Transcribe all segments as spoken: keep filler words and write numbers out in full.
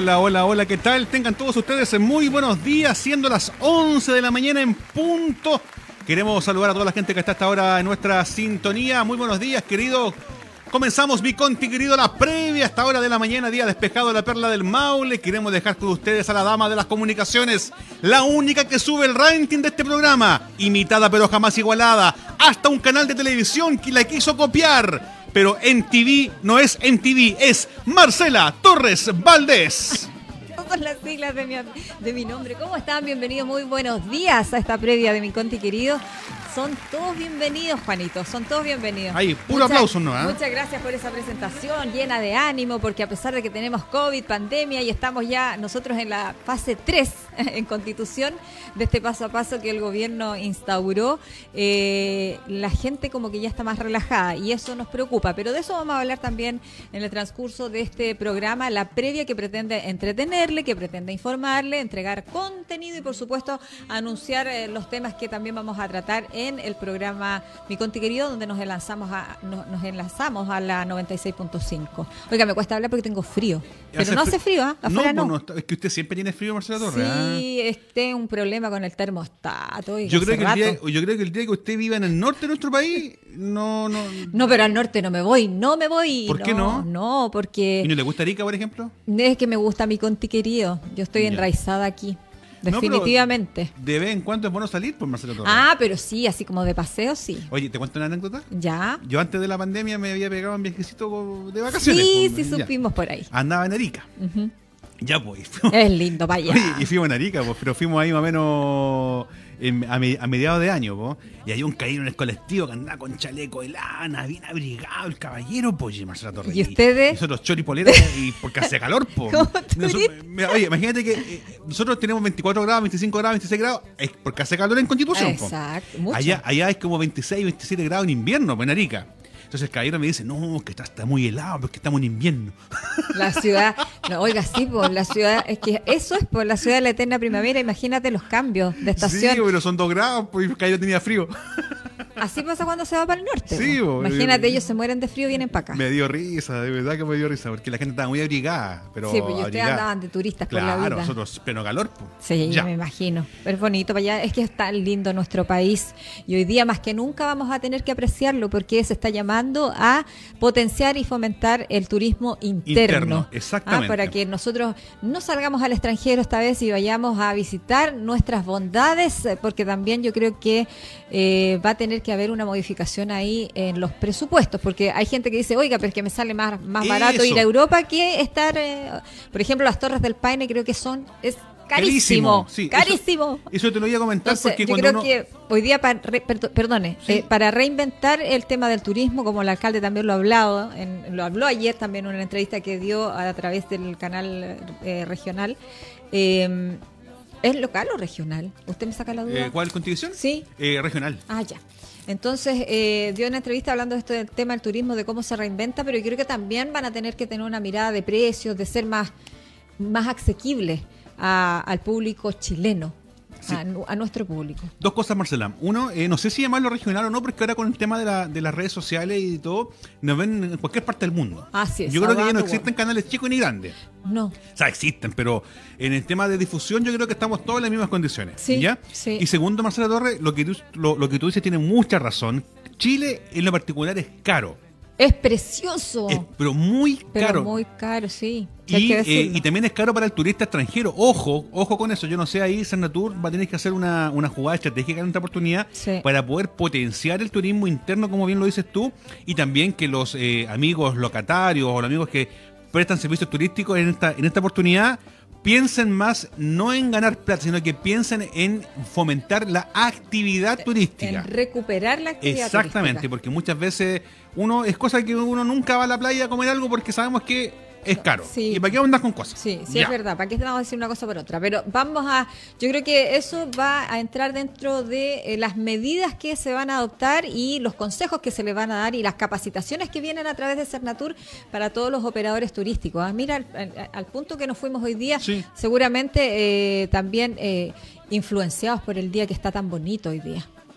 Hola, hola, hola, ¿qué tal? Tengan todos ustedes muy buenos días, siendo las once de la mañana en punto. Queremos saludar a toda la gente que está hasta ahora en nuestra sintonía. Muy buenos días, querido. Comenzamos, mi conti querido, la previa hasta hora de la mañana, día despejado de la Perla del Maule. Queremos dejar con ustedes a la dama de las comunicaciones, la única que sube el ranking de este programa, imitada pero jamás igualada, hasta un canal de televisión que la quiso copiar. Pero M T V no es M T V, es Marcela Torres Valdés. Todas las siglas de mi, de mi nombre. ¿Cómo están? Bienvenidos, muy buenos días a esta previa de mi conti querido. Son todos bienvenidos, Juanito, son todos bienvenidos. Ahí, puro muchas, aplauso, ¿no? ¿eh? Muchas gracias por esa presentación llena de ánimo, porque a pesar de que tenemos COVID, pandemia, y estamos ya nosotros en la fase tres en Constitución de este paso a paso que el gobierno instauró, eh, la gente como que ya está más relajada y eso nos preocupa, pero de eso vamos a hablar también en el transcurso de este programa, la previa que pretende entretenerle, que pretende informarle, entregar contenido y por supuesto anunciar eh, los temas que también vamos a tratar en en el programa Mi Conti Querido, donde nos enlazamos a, nos, nos enlazamos a la noventa y seis punto cinco. Oiga, me cuesta hablar porque tengo frío. Pero hace no hace frío, ¿eh? Afuera no. No, no. Es que usted siempre tiene frío, Marcela Torres. Sí, ¿eh? Este es un problema con el termostato. Oiga, yo, creo que el día, yo creo que el día que usted viva en el norte de nuestro país, no, no... No, pero al norte no me voy, no me voy. ¿Por no, qué no? No, porque... ¿Y no le gusta Arica, por ejemplo? Es que me gusta Mi Conti Querido. Yo estoy ya. enraizada aquí. Definitivamente. No, de vez en cuando es bueno salir, pues, Marcelo Torres. Ah, pero sí, así como de paseo, sí. Oye, ¿te cuento una anécdota? Ya. Yo antes de la pandemia me había pegado un viajecito de vacaciones. Sí, pues, sí, ya. supimos por ahí. Andaba en Arica. Uh-huh. Ya, pues. Es lindo, vaya. Oye, y fuimos en Arica, pues, pero fuimos ahí más o menos en, a, me, a mediados de año, pues. Y había un caído en el colectivo que andaba con chaleco de lana, bien abrigado, el caballero, pues, Marcela Torres. ¿Y ustedes? Y nosotros choripoleras y porque hace calor, pues. Oye, imagínate que eh, nosotros tenemos veinticuatro grados, veinticinco grados, veintiséis grados, es porque hace calor en Constitución, pues. Exacto, mucho. Allá, allá es como veintiséis, veintisiete grados en invierno, pues, en Arica. Entonces el caballero me dice, no, que está, está muy helado, porque estamos en invierno. La ciudad, no, oiga, sí, pues la ciudad, es que eso es por la ciudad de la eterna primavera, imagínate los cambios de estación. Sí, pero son dos grados, pues el caballero tenía frío. Así pasa cuando se va para el norte. Sí, bo. Imagínate, eh, ellos se mueren de frío y vienen para acá. Me dio risa, de verdad que me dio risa, porque la gente estaba muy abrigada. Pero sí, pues ustedes andaban de turistas claro, por la vida. Claro, nosotros pleno calor. Pues. Sí, ya. Me imagino. Pero es bonito para allá, es que es tan lindo nuestro país y hoy día más que nunca vamos a tener que apreciarlo porque se está llamando a potenciar y fomentar el turismo interno. Interno, exactamente. Ah, para que nosotros no salgamos al extranjero esta vez y vayamos a visitar nuestras bondades, porque también yo creo que eh, va a tener que haber una modificación ahí en los presupuestos, porque hay gente que dice, oiga, pero es que me sale más, más barato ir a Europa que estar, eh, por ejemplo, las Torres del Paine creo que son, es carísimo, carísimo. Sí, carísimo. Eso, eso te lo voy a comentar. Entonces, porque yo cuando creo uno... que hoy día, para re, perdone, sí. eh, para reinventar el tema del turismo, como el alcalde también lo ha hablado, en, lo habló ayer también en una entrevista que dio a, a través del canal eh, regional, eh, ¿es local o regional? ¿Usted me saca la duda? Eh, ¿Cuál constitución? Sí. Eh, regional. Ah, ya. Entonces, eh, dio una entrevista hablando de esto del tema del turismo, de cómo se reinventa, pero yo creo que también van a tener que tener una mirada de precios, de ser más, más asequibles a, al público chileno. Sí. A, a nuestro público. Dos cosas, Marcela. Uno, eh, no sé si llamarlo regional o no, porque ahora con el tema de, la, de las redes sociales y todo, nos ven en cualquier parte del mundo. Así es. Yo creo que ya no existen canales chicos ni grandes. No. O sea, existen, pero en el tema de difusión yo creo que estamos todos en las mismas condiciones. Sí, ¿ya? sí. Y segundo, Marcela Torres, lo que, tú, lo, lo que tú dices tiene mucha razón. Chile, en lo particular, es caro. Es precioso. Es, pero muy pero caro. muy caro, sí. Y, eh, y también es caro para el turista extranjero. Ojo, ojo con eso. Yo no sé, ahí Cernatur va a tener que hacer una, una jugada estratégica en esta oportunidad sí. para poder potenciar el turismo interno, como bien lo dices tú, y también que los eh, amigos locatarios o los amigos que prestan servicios turísticos en esta, en esta oportunidad piensen más no en ganar plata, sino que piensen en fomentar la actividad turística. En recuperar la actividad Exactamente, turística. Porque muchas veces uno es cosa que uno nunca va a la playa a comer algo porque sabemos que es caro. Sí. ¿Y para qué andar con cosas? Sí, sí, ya. Es verdad. ¿Para qué vamos a decir una cosa por otra? Pero vamos a... Yo creo que eso va a entrar dentro de eh, las medidas que se van a adoptar y los consejos que se le van a dar y las capacitaciones que vienen a través de Cernatur para todos los operadores turísticos. Ah, mira, al, al, al punto que nos fuimos hoy día, sí. seguramente eh, también eh, influenciados por el día que está tan bonito hoy día.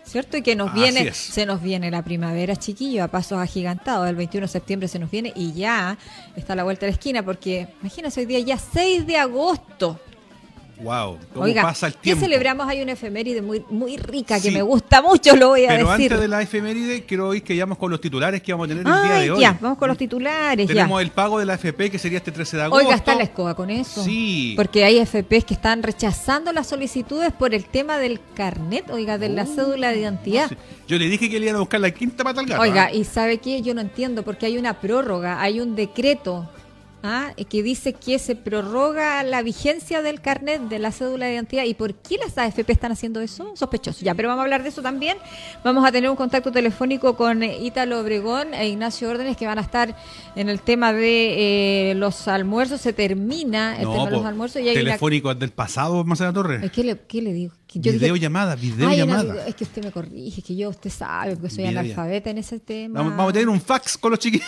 ¿cierto? Y que nos Así viene, es. se nos viene la primavera, chiquillo, a pasos agigantados. El veintiuno de septiembre se nos viene y ya está a la vuelta de la esquina, porque imagínense hoy día ya seis de agosto. Wow, cómo Oiga, pasa el ¿qué tiempo. celebramos? Hay una efeméride muy, muy rica que Sí. me gusta mucho, lo voy a Pero decir. antes de la efeméride, quiero hoy que vayamos con los titulares que vamos a tener el Ay, día de hoy. ya, vamos con los titulares, Tenemos ya. el pago de la A F P, que sería este trece de agosto. Oiga, está la escoba con eso. Sí. Porque hay F Pes que están rechazando las solicitudes por el tema del carnet, oiga, de la Oh, cédula de identidad. no sé. Yo le dije que le iban a buscar la quinta pata al gato. Oiga, ¿eh? y ¿sabe qué? Yo no entiendo, porque hay una prórroga, hay un decreto ¿ah? que dice que se prorroga la vigencia del carnet de la cédula de identidad. ¿Y por qué las A F P están haciendo eso? Sospechoso. Ya, pero vamos a hablar de eso también. Vamos a tener un contacto telefónico con eh, Ítalo Obregón e Ignacio Órdenes, que van a estar en el tema de eh, los almuerzos. Se termina el No, tema de los po, almuerzos. Y hay una... telefónico del pasado, Marcela Torres. Ay, ¿Qué le, qué le digo? Que yo dije- Videollamada, Ay, videollamada. no, es que usted me corrige, que yo, usted sabe, porque soy Video- analfabeta en ese tema. Vamos, vamos a tener un fax con los chiquillos.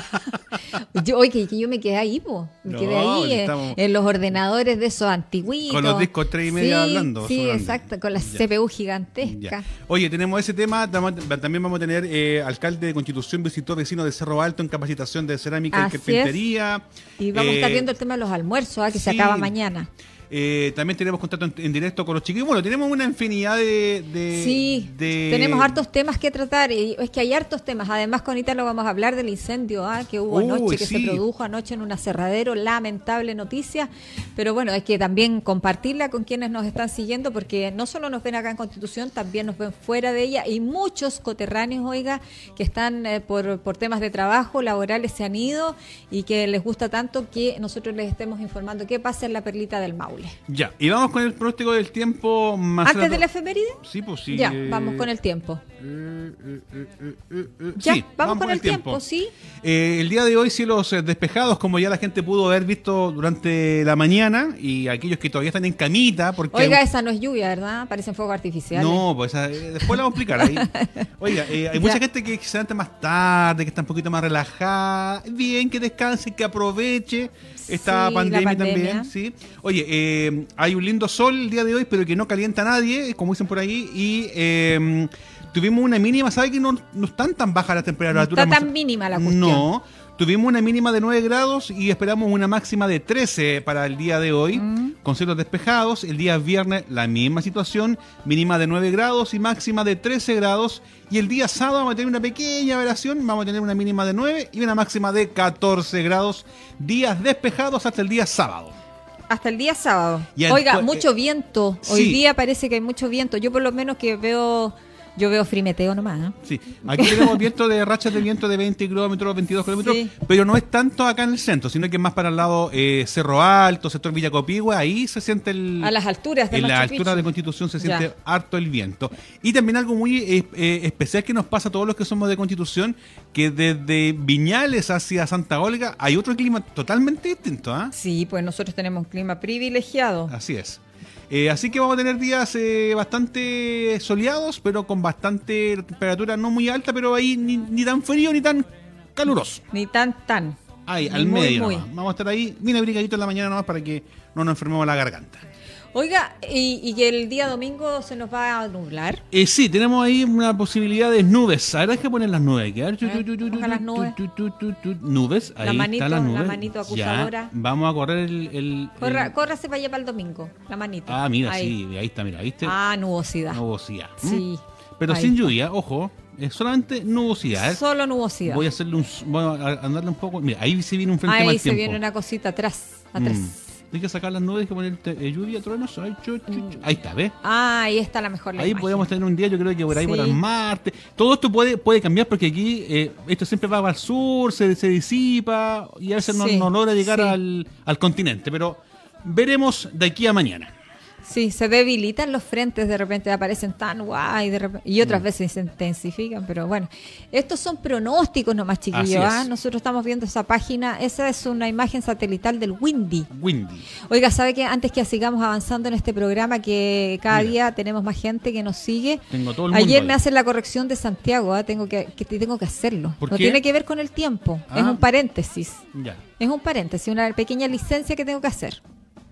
Yo, oye, que, que yo me quedé ahí, po. Me No, quedé ahí eh, estamos- en los ordenadores de esos antiguitos. Con los discos tres y media Sí, hablando, Sí, sonando. exacto, con la Ya. C P U Ya. gigantesca. Oye, tenemos ese tema. tamo- También vamos a tener eh, alcalde de Constitución visitó vecinos de Cerro Alto en capacitación de cerámica Así y carpintería. Y vamos a estar Eh, viendo el tema de los almuerzos, ah, que se sí. acaba mañana. Eh, también tenemos contacto en, en directo con los chiquillos. Bueno, tenemos una infinidad de... de- Sí, de- tenemos hartos temas que tratar. Y es que hay hartos temas. Además, con Ítalo vamos a hablar del incendio ah, que hubo Uy, anoche, que sí. se produjo anoche en un aserradero. Lamentable noticia. Pero bueno, hay que también compartirla con quienes nos están siguiendo, porque no solo nos ven acá en Constitución, también nos ven fuera de ella. Y muchos coterráneos, oiga, que están eh, por, por temas de trabajo, laborales, se han ido y que les gusta tanto que nosotros les estemos informando qué pasa en la Perlita del Maule. Ya, y vamos con el pronóstico del tiempo. Marcela Antes de la Tor- efeméride, Sí, pues sí. ya, eh, vamos con el tiempo. eh, eh, eh, eh, eh, eh, Ya, sí, vamos, con el tiempo, ¿sí? Eh, el día de hoy cielos eh, despejados, como ya la gente pudo haber visto durante la mañana, y aquellos que todavía están en camita, porque... Oiga, esa no es lluvia, ¿verdad? Parecen fuegos artificiales. No, pues eh, después la vamos a explicar ahí. Oiga, eh, hay Ya. mucha gente que se levanta más tarde, que está un poquito más relajada. Bien, que descanse, que aproveche esta Sí, la pandemia, pandemia. también. Sí. Oye, eh, hay un lindo sol el día de hoy, pero que no calienta a nadie, como dicen por ahí. Y eh, tuvimos una mínima, ¿sabe que no, no están tan bajas las temperaturas? No está tan Marcela? mínima la cuestión. No. Tuvimos una mínima de nueve grados y esperamos una máxima de trece para el día de hoy, Mm. con cielos despejados. El día viernes la misma situación, mínima de nueve grados y máxima de trece grados. Y el día sábado vamos a tener una pequeña variación, vamos a tener una mínima de nueve y una máxima de catorce grados. Días despejados hasta el día sábado. Hasta el día sábado. Y el- Oiga, eh, mucho viento. Hoy sí. día parece que hay mucho viento. Yo por lo menos que veo, yo veo frimeteo nomás. ¿eh? Sí, aquí tenemos viento de rachas de viento de veinte kilómetros, veintidós kilómetros, Sí. pero no es tanto acá en el centro, sino que es más para el lado eh, Cerro Alto, sector Villacopigua, ahí se siente el... A las alturas de En la Machu altura Picchu. de Constitución se siente Ya. harto el viento. Y también algo muy eh, eh, especial que nos pasa a todos los que somos de Constitución, que desde Viñales hacia Santa Olga hay otro clima totalmente distinto, ¿ah? Sí, pues nosotros tenemos un clima privilegiado. Así es. Eh, así que vamos a tener días eh, bastante soleados, pero con bastante temperatura no muy alta, pero ahí ni, ni tan frío ni tan caluroso. Ni tan tan. Ahí, Ni al muy, medio muy. nomás. Vamos a estar ahí bien abrigadito en la mañana nomás para que no nos enfermemos la garganta. Oiga, y, y que el día domingo se nos va a nublar. Eh, sí, tenemos ahí una posibilidad de nubes. A ver, hay que poner las nubes aquí. A ver, A ver, baja las nubes. tu, tu, tu, tu, tu. Nubes, ahí La manito, está la la nube. manito acusadora. Ya, vamos a correr el... el- Corra, el- córrase para allá para el domingo, la manito. Ah, mira, Ahí. sí, ahí está, mira, ¿viste? Ah, nubosidad. Nubosidad. ¿m? Sí. Pero Ahí sin está. lluvia, ojo, es solamente nubosidad. ¿eh? Solo nubosidad. Voy a hacerle un... Voy a andarle un poco... Mira, ahí se viene un frente Ahí mal se tiempo. viene una cosita atrás, atrás. Mm. Hay que sacar las nubes, hay que poner eh, lluvia, truenos. Ay, chu, chu, chu. Ahí está, ¿ves? Ah, ahí está la mejor la Ahí imagen. podemos tener un día, yo creo que por ahí Sí. por el martes. Todo esto puede puede cambiar porque aquí eh, esto siempre va al sur, se, se disipa y a veces no, Sí, no logra llegar sí. al, al continente. Pero veremos de aquí a mañana. Sí, se debilitan los frentes, de repente aparecen tan guay, de repente, y Mm. otras veces se intensifican, pero bueno, estos son pronósticos nomás, Así chiquillos. es. ¿ah? Nosotros estamos viendo esa página, esa es una imagen satelital del Windy. Windy. Oiga, ¿sabe que antes que sigamos avanzando en este programa, que cada Mira. día tenemos más gente que nos sigue? Tengo todo el mundo Ayer ahí. me hacen la corrección de Santiago, ¿ah? tengo que, que tengo que hacerlo. ¿Por No qué? tiene que ver con el tiempo, es Ah. un paréntesis. Ya. Es un paréntesis, una pequeña licencia que tengo que hacer.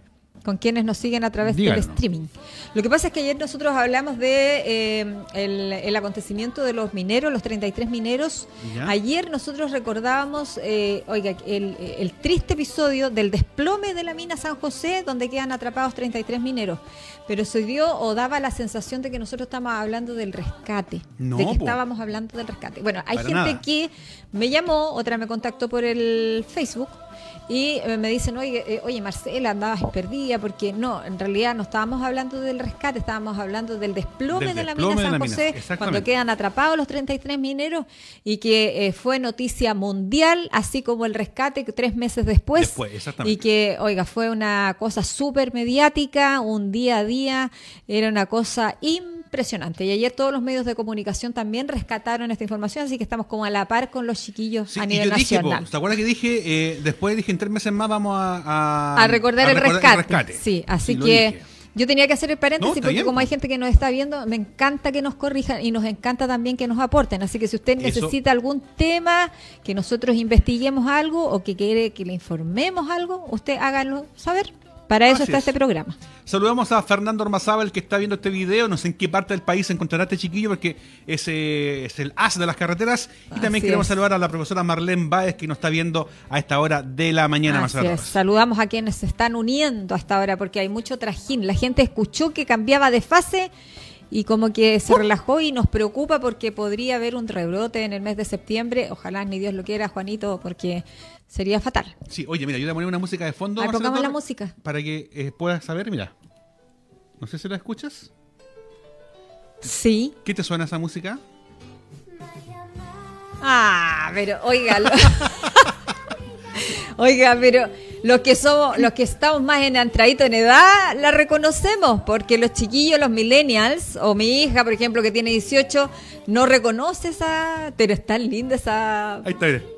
con quienes nos siguen a través Díganos. del streaming. Lo que pasa es que ayer nosotros hablamos de eh, el, el acontecimiento de los mineros, los treinta y tres mineros. ¿Ya? Ayer nosotros recordábamos, eh, oiga, el, el triste episodio del desplome de la mina San José, donde quedan atrapados treinta y tres mineros. Pero se dio o daba la sensación de que nosotros estábamos hablando del rescate, No, de que po. estábamos hablando del rescate. Bueno, hay Para gente nada. que me llamó, otra me contactó por el Facebook. Y eh, me dicen, oye, eh, oye, Marcela, andabas perdida, porque no, en realidad no estábamos hablando del rescate, estábamos hablando del desplome Del de la desplome mina de San la mina, José, exactamente. cuando quedan atrapados los treinta y tres mineros, y que eh, fue noticia mundial, así como el rescate que tres meses después. Después, exactamente. Y que, oiga, fue una cosa súper mediática, un día a día, era una cosa impresionante. Y ayer todos los medios de comunicación también rescataron esta información, así que estamos como a la par con los chiquillos Sí, a y nivel yo dije, nacional. po, ¿te acuerdas que dije, eh, después dije en tres meses más vamos a... A, A recordar, a el, recordar rescate. el rescate. Sí, así Sí, lo que dije. yo tenía que hacer el No, paréntesis está porque bien, como po. hay gente que nos está viendo, me encanta que nos corrijan y nos encanta también que nos aporten. Así que si usted Eso. necesita algún tema, que nosotros investiguemos algo o que quiere que le informemos algo, usted háganlo saber. Para eso Así está es. este programa. Saludamos a Fernando Ormazábal, que está viendo este video. No sé en qué parte del país se encontrará este chiquillo, porque es, eh, es el as de las carreteras. Y también Así queremos es. saludar a la profesora Marlene Báez, que nos está viendo a esta hora de la mañana. Así Marcela es. Torres. Saludamos a quienes se están uniendo hasta ahora porque hay mucho trajín. La gente escuchó que cambiaba de fase y como que se relajó y nos preocupa porque podría haber un rebrote en el mes de septiembre. Ojalá ni Dios lo quiera, Juanito, porque sería fatal. Sí, oye, mira, yo te voy a poner una música de fondo. Ah, Marcela pongamos la Torres, música. Para que eh, puedas saber, mira. No sé si la escuchas. Sí. ¿Qué te suena esa música? Ah, pero oiga, lo- oiga, pero los que somos, los que estamos más entraditos en edad, la reconocemos, porque los chiquillos, los millennials, o mi hija, por ejemplo, que tiene dieciocho, no reconoce esa, pero es tan linda esa. Ahí está, mira.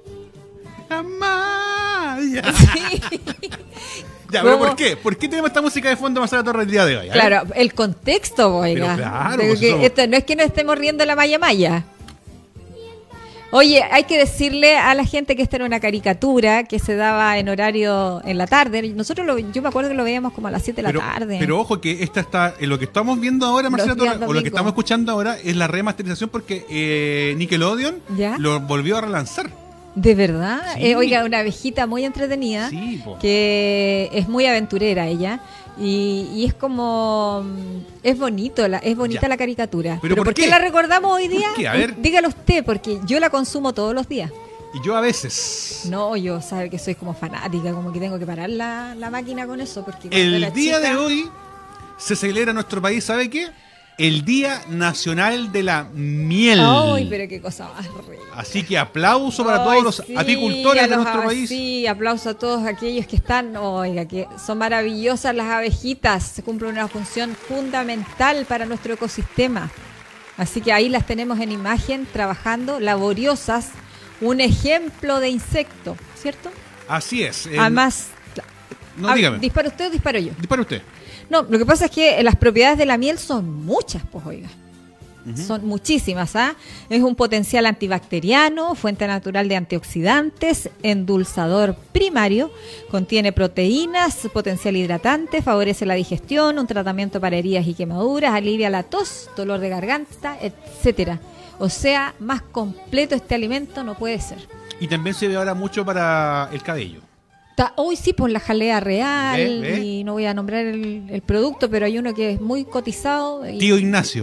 Amaya. Sí. Ya, pero ¿Cómo? ¿por qué? ¿Por qué tenemos esta música de fondo Marcela Torres el día de hoy? A ver. Claro, el contexto, oiga. Pero claro, De pues que somos- esto no es que nos estemos riendo la maya maya. Oye, hay que decirle a la gente que esta era una caricatura que se daba en horario en la tarde. Nosotros, lo, yo me acuerdo que lo veíamos como a las siete de la pero, tarde. pero ojo que esta está, en lo que estamos viendo ahora, Marcela días Torres, o lo que domingo. estamos escuchando ahora es la remasterización porque eh, Nickelodeon ¿Ya? lo volvió a relanzar. ¿De verdad? Sí. Eh, oiga, una abejita muy entretenida, Sí, po. que es muy aventurera ella. Y, y es como mm, es bonito la, es bonita Ya. la caricatura. ¿Pero por ¿por qué? qué? la recordamos hoy día? ¿Por qué? A ver. Dígalo usted, porque yo la consumo todos los días. Y yo a veces, No, yo sabe que soy como fanática, como que tengo que parar la, la máquina con eso. Porque cuando el era día chica- de hoy se celebra en nuestro país, ¿sabe qué? El Día Nacional de la Miel. Ay, pero qué cosa más rica. Así que aplauso para Ay, todos los sí, apicultores a de los nuestro ave- país. Sí, aplauso a todos aquellos que están, oiga, que son maravillosas las abejitas, cumplen una función fundamental para nuestro ecosistema. Así que ahí las tenemos en imagen, trabajando, laboriosas, un ejemplo de insecto, ¿cierto? Así es. eh, Además, no, ah, dígame. ¿dispara usted o disparo yo? Dispara usted. No, lo que pasa es que las propiedades de la miel son muchas, pues oiga. Son muchísimas, ¿ah? Es un potencial antibacteriano, fuente natural de antioxidantes, endulzador primario, contiene proteínas, potencial hidratante, favorece la digestión, un tratamiento para heridas y quemaduras, alivia la tos, dolor de garganta, etcétera. O sea, más completo este alimento no puede ser. Y también se ve ahora mucho para el cabello. Ta- Hoy sí, por la jalea real, ¿Ve? ¿Ve? y no voy a nombrar el, el producto, pero hay uno que es muy cotizado. Y, Tío Ignacio.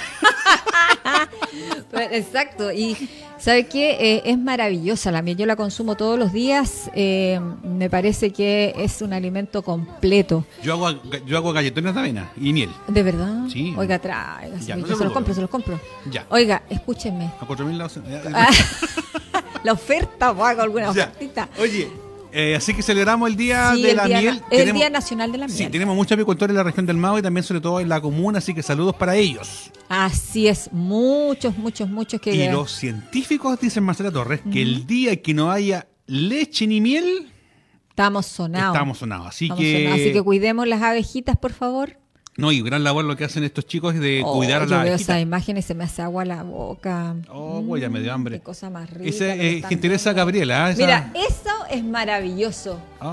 Exacto, y ¿sabe qué? Eh, es maravillosa la miel, yo la consumo todos los días, eh, me parece que es un alimento completo. Yo hago, yo hago galletones de avena y miel. ¿De verdad? Sí. Oiga, tráigase, Ya, no yo se se los preocupe. compro, se los compro. Ya. Oiga, escúchenme. A cuatro mil lados. Ah, la oferta, o hago alguna Ya. ofertita. Oye, eh, así que celebramos el Día Sí, de el la día, Miel. na- el Tenemos- Día Nacional de la Miel. Sí, tenemos muchos apicultores en la región del Mao y también sobre todo en la comuna, así que saludos para ellos. Así es, muchos, muchos, muchos que... Y los científicos dicen, Marcela Torres, que el día que no haya leche ni miel, Estamos sonados. estamos sonados. Así Estamos que... sonados. Así que cuidemos las abejitas, por favor. No, y gran labor lo que hacen estos chicos es de Oh, cuidar a yo la veo abejita. esas imágenes y se me hace agua la boca. Oh, güey, ya me dio hambre. Qué cosa más rica. Esa lo que es están gentileza dando. Gabriela. ¿eh? Esa- Mira, eso es maravilloso. Ah,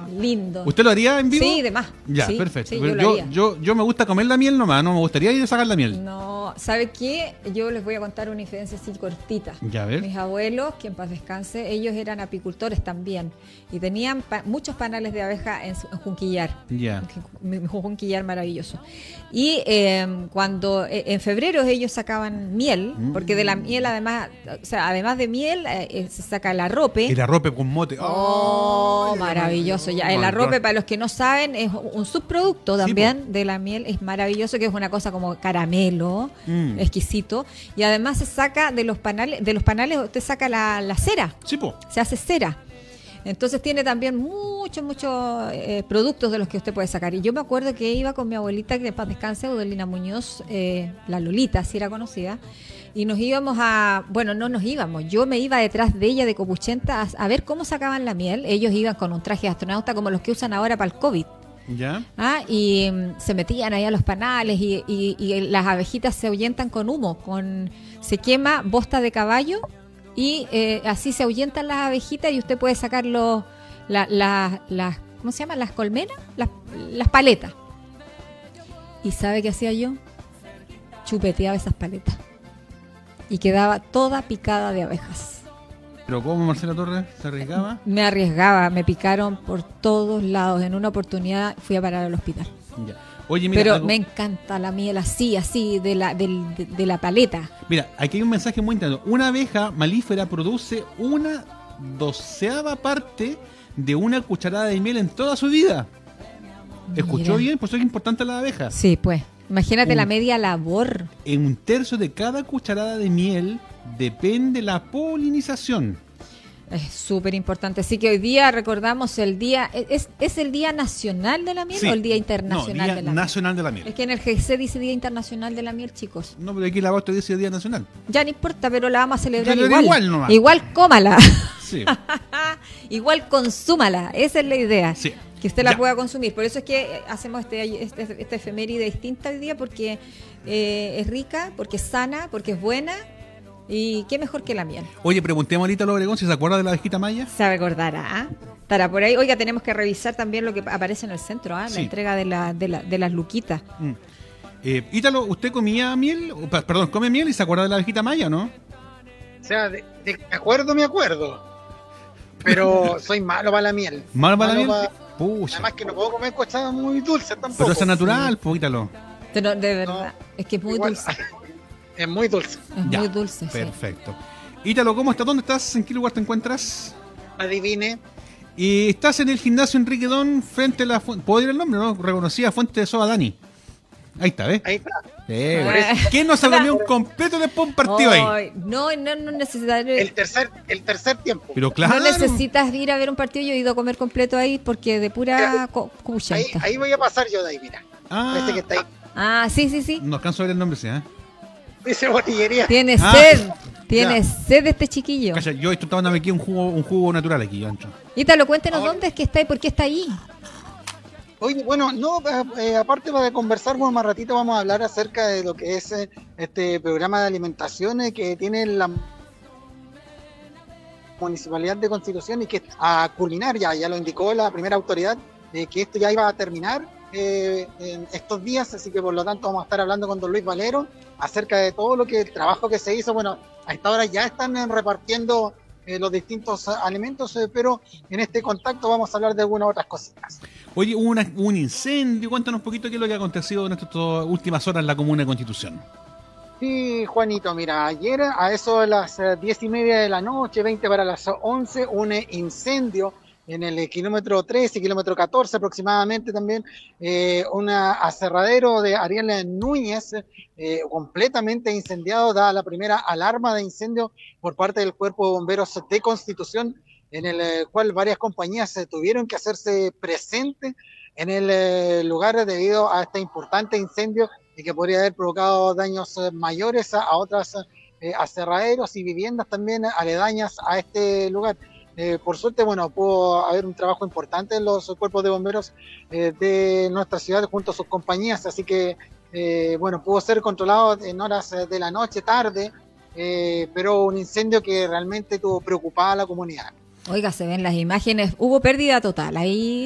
Lindo. ¿Usted lo haría en vivo? Sí, de más. Ya, sí, perfecto. sí, Pero yo, yo, lo haría. yo, yo me gusta comer la miel nomás, no me gustaría ir a sacar la miel. No, ¿sabe qué? Yo les voy a contar una infidencia así cortita. Ya, a ver. Mis abuelos, que en paz descanse, ellos eran apicultores también y tenían pa muchos panales de abeja en, su, en Junquillar. Ya. Un Junquillar maravilloso. Y eh, cuando eh, en febrero ellos sacaban miel, Mm. porque de la miel además, o sea, además de miel eh, se saca el arrope. El arrope con mote. Oh, Ay, maravilloso. Ya, oh el my arrope, God. para los que no saben, es un subproducto Sí, también de la miel. Es maravilloso, que es una cosa como caramelo, Mm. exquisito. Y además se saca de los panales, de los panales usted saca la, la cera, Sí, po. se hace cera. Entonces tiene también muchos, muchos eh, productos de los que usted puede sacar. Y yo me acuerdo que iba con mi abuelita, que de paz descanse, Eudolina Muñoz, eh, la Lolita, así era conocida, y nos íbamos a, bueno, no nos íbamos, yo me iba detrás de ella de Copuchenta a, a ver cómo sacaban la miel. Ellos iban con un traje de astronauta como los que usan ahora para el COVID. Ya. Ah, y mm, se metían ahí a los panales y, y- y las abejitas se ahuyentan con humo, con se quema bosta de caballo y eh, así se ahuyentan las abejitas y usted puede sacar los, la- la- las, ¿cómo se llaman? Las colmenas, las, las paletas. ¿Y sabe qué hacía yo? Chupeteaba esas paletas y quedaba toda picada de abejas. ¿Pero cómo Marcela Torres se arriesgaba? Me arriesgaba, me picaron por todos lados. En una oportunidad fui a parar al hospital. Ya. Oye, mira, Pero algo- me encanta la miel así, así, de la, del- de, de la paleta. mira, aquí hay un mensaje muy interesante. Una abeja malífera produce una doceava parte de una cucharada de miel en toda su vida. ¿Escuchó Mira. bien? Por eso es importante la abeja. Sí, pues. Imagínate Un- la media labor. En un tercio de cada cucharada de miel depende la polinización. Es súper importante. Así que hoy día recordamos el día. ¿Es, es el Día Nacional de la Miel Sí. o el Día Internacional No, Día de la Nacional de la Miel? Miel. Es que en el G C dice Día Internacional de la Miel, chicos. No, pero aquí la voz te dice Día Nacional. Ya no importa, pero la vamos a celebrar Ya, igual. igual nomás. Igual cómala. Sí. Igual consúmala. Esa es la idea. Sí. Que usted la Ya. pueda consumir. Por eso es que eh, hacemos este, este, esta efeméride distinta hoy día, porque eh, es rica, porque es sana, porque es buena. Y qué mejor que la miel. Oye, preguntémosle a Lita Lobregón si se acuerda de la abejita maya. Se recordará. Estará por ahí. Oiga, tenemos que revisar también lo que aparece en el centro, ¿ah? La Sí. entrega de, la, de, la, de las luquitas. Mm. Eh, Ítalo, ¿usted comía miel? O, pa- Perdón, ¿come miel y se acuerda de la abejita maya, no? O sea, de, de me acuerdo, me acuerdo. Pero soy malo para la miel. ¿Mal para la miel? pa- Pucha. Además que no puedo comer cosas muy dulces tampoco. Pero eso es natural, pues, Ítalo. Pero de verdad, es que es muy Igual- dulce. Es muy dulce. Es Ya, muy dulce, sí. Perfecto. Ítalo, ¿cómo estás? ¿Dónde estás? ¿En qué lugar te encuentras? Adivine. Y estás en el gimnasio Enrique Don frente a la fuente. ¿Puedo decir el nombre, no? Reconocida Fuente de Soba Dani. Ahí está, ¿ves? Ahí está. Eh, por eso. ¿Quién no se comió un completo después de un partido ahí? Ay, no, no, no necesitas. El tercer, el tercer tiempo. Pero claro. No necesitas ir a ver un partido. Yo he ido a comer completo ahí porque de pura Mira, co- Ahí, cuchanta. ahí voy a pasar yo de ahí, mira. Ah, Parece que está ahí. Ah, sí, sí, sí. no alcanzo a ver el nombre, sí, ¿eh? Dice botillería. Tiene Ah, sed. Tiene ya. sed este chiquillo. Calla, yo estoy tomando aquí un jugo, un jugo natural aquí, Ancho. Ítalo, cuéntenos Ahora- dónde es que está y por qué está ahí. Oye, bueno, no, eh, eh, aparte de conversar, bueno, más ratito vamos a hablar acerca de lo que es eh, este programa de alimentación eh, que tiene la Municipalidad de Constitución y que a culminar, ya, ya lo indicó la primera autoridad, de que esto ya iba a terminar eh, en estos días, así que por lo tanto vamos a estar hablando con don Luis Valero acerca de todo lo que el trabajo que se hizo. Bueno, a esta hora ya están eh, repartiendo eh, los distintos eh, alimentos, eh, pero en este contacto vamos a hablar de algunas otras cositas. Oye, hubo una- un incendio. Cuéntanos un poquito qué es lo que ha acontecido en estas to- últimas horas en la comuna de Constitución. Sí, Juanito, mira, ayer a eso de las eh, diez y media de la noche, veinte para las once, un eh, incendio en el eh, kilómetro trece, kilómetro catorce aproximadamente también, eh, un aserradero de Ariel Núñez eh, completamente incendiado, da la primera alarma de incendio por parte del Cuerpo de Bomberos de Constitución, en el eh, cual varias compañías eh, tuvieron que hacerse presentes en el eh, lugar debido a este importante incendio y que podría haber provocado daños eh, mayores a, a otras eh, aserraderos y viviendas también aledañas a este lugar. Eh, por suerte, bueno, pudo haber un trabajo importante en los cuerpos de bomberos eh, de nuestra ciudad junto a sus compañías, así que, eh, bueno, pudo ser controlado en horas eh, de la noche, tarde, eh, pero un incendio que realmente tuvo preocupada a la comunidad. Oiga, se ven las imágenes. Hubo pérdida total ahí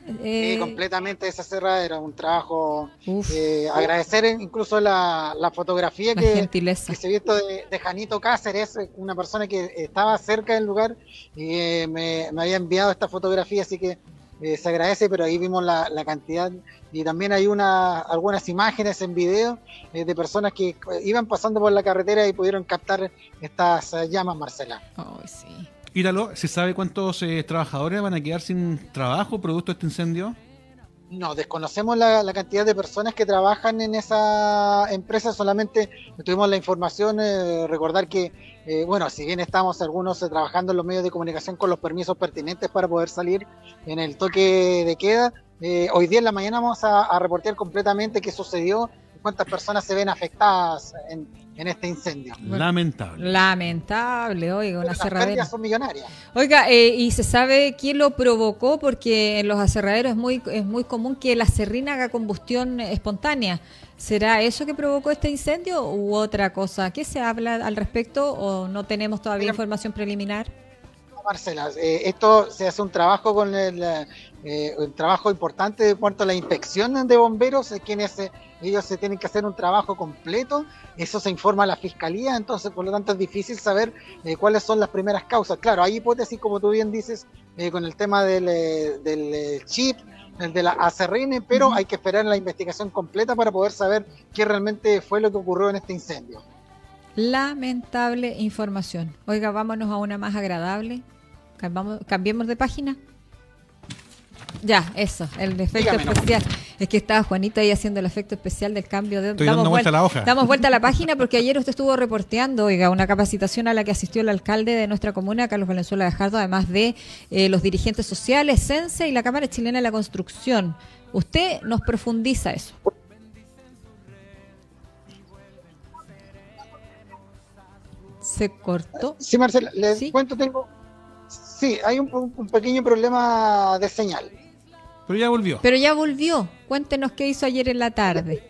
Eh, Sí, completamente esa cerradera, un trabajo, eh, agradecer incluso la, la fotografía la que, gentileza. que se ha visto de, de Janito Cáceres, una persona que estaba cerca del lugar y eh, me, me había enviado esta fotografía, así que eh, se agradece, pero ahí vimos la, la cantidad y también hay una, algunas imágenes en video eh, de personas que iban pasando por la carretera y pudieron captar estas eh, llamas, Marcela. Oh, sí. Íralo, ¿se sabe cuántos eh, trabajadores van a quedar sin trabajo producto de este incendio? No, desconocemos la, la cantidad de personas que trabajan en esa empresa, solamente tuvimos la información, eh, recordar que, eh, bueno, si bien estamos algunos eh, trabajando en los medios de comunicación con los permisos pertinentes para poder salir en el toque de queda, eh, hoy día en la mañana vamos a, a reportear completamente qué sucedió, cuántas personas se ven afectadas en, en este incendio. Lamentable. Lamentable, oiga, una Las cerradera. pérdidas son millonarias. Oiga, eh, ¿y se sabe quién lo provocó? Porque en los aserraderos es muy, es muy común que la serrina haga combustión espontánea. ¿Será eso que provocó este incendio u otra cosa? ¿Qué se habla al respecto o no tenemos todavía Mira, información preliminar? Marcela, eh, esto se hace un trabajo con el, eh, un trabajo importante de cuanto a la inspección de bomberos, eh, quienes eh, ellos se tienen que hacer un trabajo completo, eso se informa a la fiscalía, entonces por lo tanto es difícil saber eh, cuáles son las primeras causas. Claro, hay hipótesis, como tú bien dices, eh, con el tema del, eh, del eh, chip, el de la A C R N, pero uh-huh. hay que esperar la investigación completa para poder saber qué realmente fue lo que ocurrió en este incendio. Lamentable información. Oiga, vámonos a una más agradable. Cambiamos, cambiemos de página. Ya, eso, el efecto Dígame, especial. No. Es que estaba Juanito ahí haciendo el efecto especial del cambio de... Estoy dando vuelta a la hoja. Damos vuelta a la página porque ayer usted estuvo reporteando, oiga, una capacitación a la que asistió el alcalde de nuestra comuna, Carlos Valenzuela Gajardo, además de eh, los dirigentes sociales, Sense y la Cámara Chilena de la Construcción. Usted nos profundiza eso. ¿Se cortó? Sí, Marcela, les ¿Sí? cuento, tengo... Sí, hay un, un pequeño problema de señal. Pero ya volvió. Pero ya volvió. Cuéntenos qué hizo ayer en la tarde.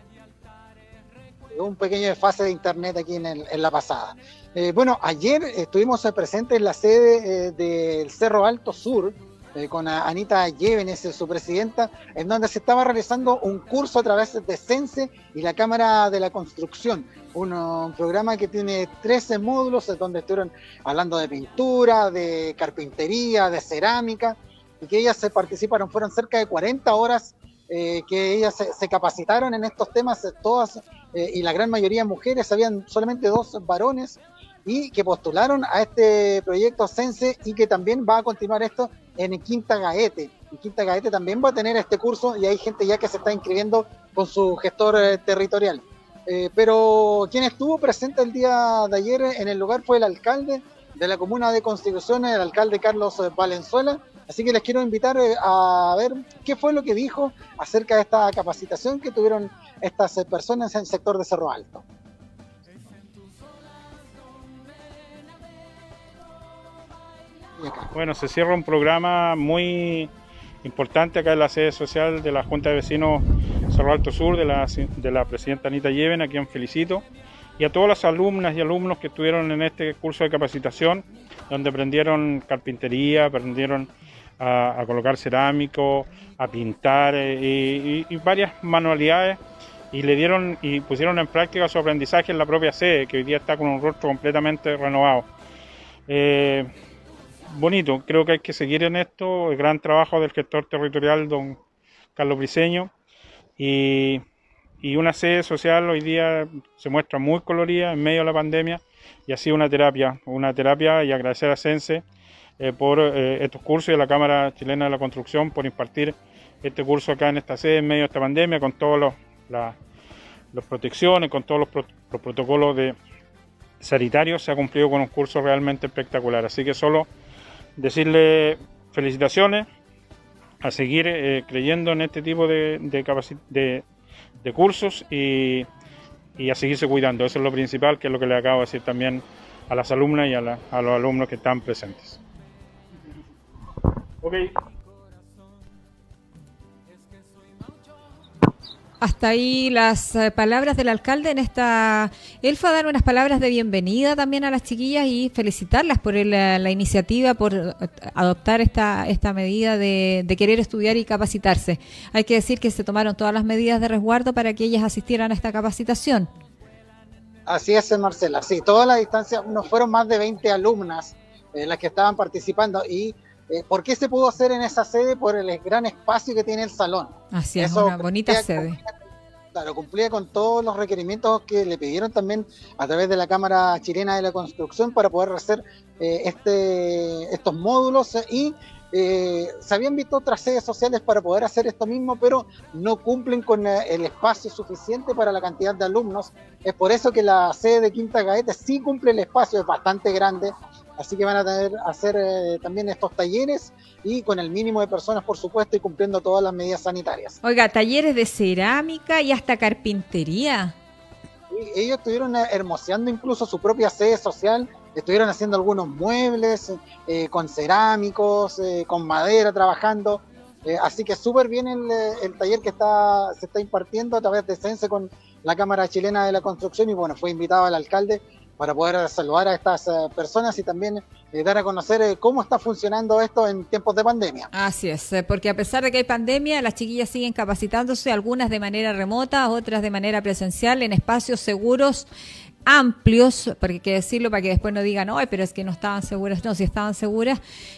Un pequeño desfase de internet aquí en, el, en la pasada. Eh, bueno, ayer estuvimos presentes en la sede eh, del Cerro Alto Sur, eh, con Anita Llévenes, su presidenta, en donde se estaba realizando un curso a través de Sense y la Cámara de la Construcción. Un, un programa que tiene trece módulos, donde estuvieron hablando de pintura, de carpintería, de cerámica, y que ellas se participaron, fueron cerca de cuarenta horas eh, que ellas se, se capacitaron en estos temas, todas, eh, y la gran mayoría mujeres, habían solamente dos varones, y que postularon a este proyecto Sense, y que también va a continuar esto en Quinta Gaete. Y Quinta Gaete también va a tener este curso, y hay gente ya que se está inscribiendo con su gestor eh, territorial. Eh, pero quien estuvo presente el día de ayer en el lugar fue el alcalde de la comuna de Constitución, el alcalde Carlos Valenzuela. Así que les quiero invitar eh, a ver qué fue lo que dijo acerca de esta capacitación que tuvieron estas eh, personas en el sector de Cerro Alto. Bueno, se cierra un programa muy importante acá en la sede social de la Junta de Vecinos Cerro Alto Sur, de la, de la presidenta Anita Llévenes, a quien felicito, y a todas las alumnas y alumnos que estuvieron en este curso de capacitación, donde aprendieron carpintería, aprendieron a, a colocar cerámico, a pintar eh, y, y varias manualidades, y le dieron y pusieron en práctica su aprendizaje en la propia sede, que hoy día está con un rostro completamente renovado. Eh, bonito, creo que hay que seguir en esto, el gran trabajo del gestor territorial, don Carlos Briceño, y, y una sede social hoy día se muestra muy colorida en medio de la pandemia, y ha sido una terapia, una terapia, y agradecer a Sense eh, por eh, estos cursos y a la Cámara Chilena de la Construcción por impartir este curso acá en esta sede en medio de esta pandemia, con todas las la, las protecciones, con todos los, pro, los protocolos de sanitarios. Se ha cumplido con un curso realmente espectacular, así que solo decirle felicitaciones, a seguir eh, creyendo en este tipo de, de, de, de cursos y, y a seguirse cuidando. Eso es lo principal, que es lo que le acabo de decir también a las alumnas y a, la, a los alumnos que están presentes. Ok. hasta ahí las eh, palabras del alcalde en esta... Él fue a dar unas palabras de bienvenida también a las chiquillas y felicitarlas por el, la, la iniciativa, por eh, adoptar esta, esta medida de, de querer estudiar y capacitarse. Hay que decir que se tomaron todas las medidas de resguardo para que ellas asistieran a esta capacitación. Así es, Marcela. Sí, toda la distancia, no fueron más de veinte alumnas eh, las que estaban participando. ¿Y eh, por qué se pudo hacer en esa sede? Por el gran espacio que tiene el salón. Así es, Eso una bonita cumplía, sede. Cumplía, claro, cumplía con todos los requerimientos que le pidieron también a través de la Cámara Chilena de la Construcción para poder hacer eh, este, estos módulos y Eh, se habían visto otras sedes sociales para poder hacer esto mismo, pero no cumplen con el espacio suficiente para la cantidad de alumnos. Es por eso que la sede de Quinta Gaete sí cumple el espacio, es bastante grande, así que van a tener hacer eh, también estos talleres y con el mínimo de personas, por supuesto, y cumpliendo todas las medidas sanitarias. Oiga, talleres de cerámica y hasta carpintería. Y ellos estuvieron hermoseando incluso su propia sede social. Estuvieron haciendo algunos muebles eh, con cerámicos, eh, con madera, trabajando. Eh, así que súper bien el, el taller que está se está impartiendo a través de CENSE con la Cámara Chilena de la Construcción. Y bueno, fue invitado al alcalde para poder saludar a estas uh, personas y también eh, dar a conocer eh, cómo está funcionando esto en tiempos de pandemia. Así es, porque a pesar de que hay pandemia, las chiquillas siguen capacitándose, algunas de manera remota, otras de manera presencial, en espacios seguros, amplios, porque hay que decirlo para que después no digan, ay, pero es que no estaban seguras. No, sí estaban seguras,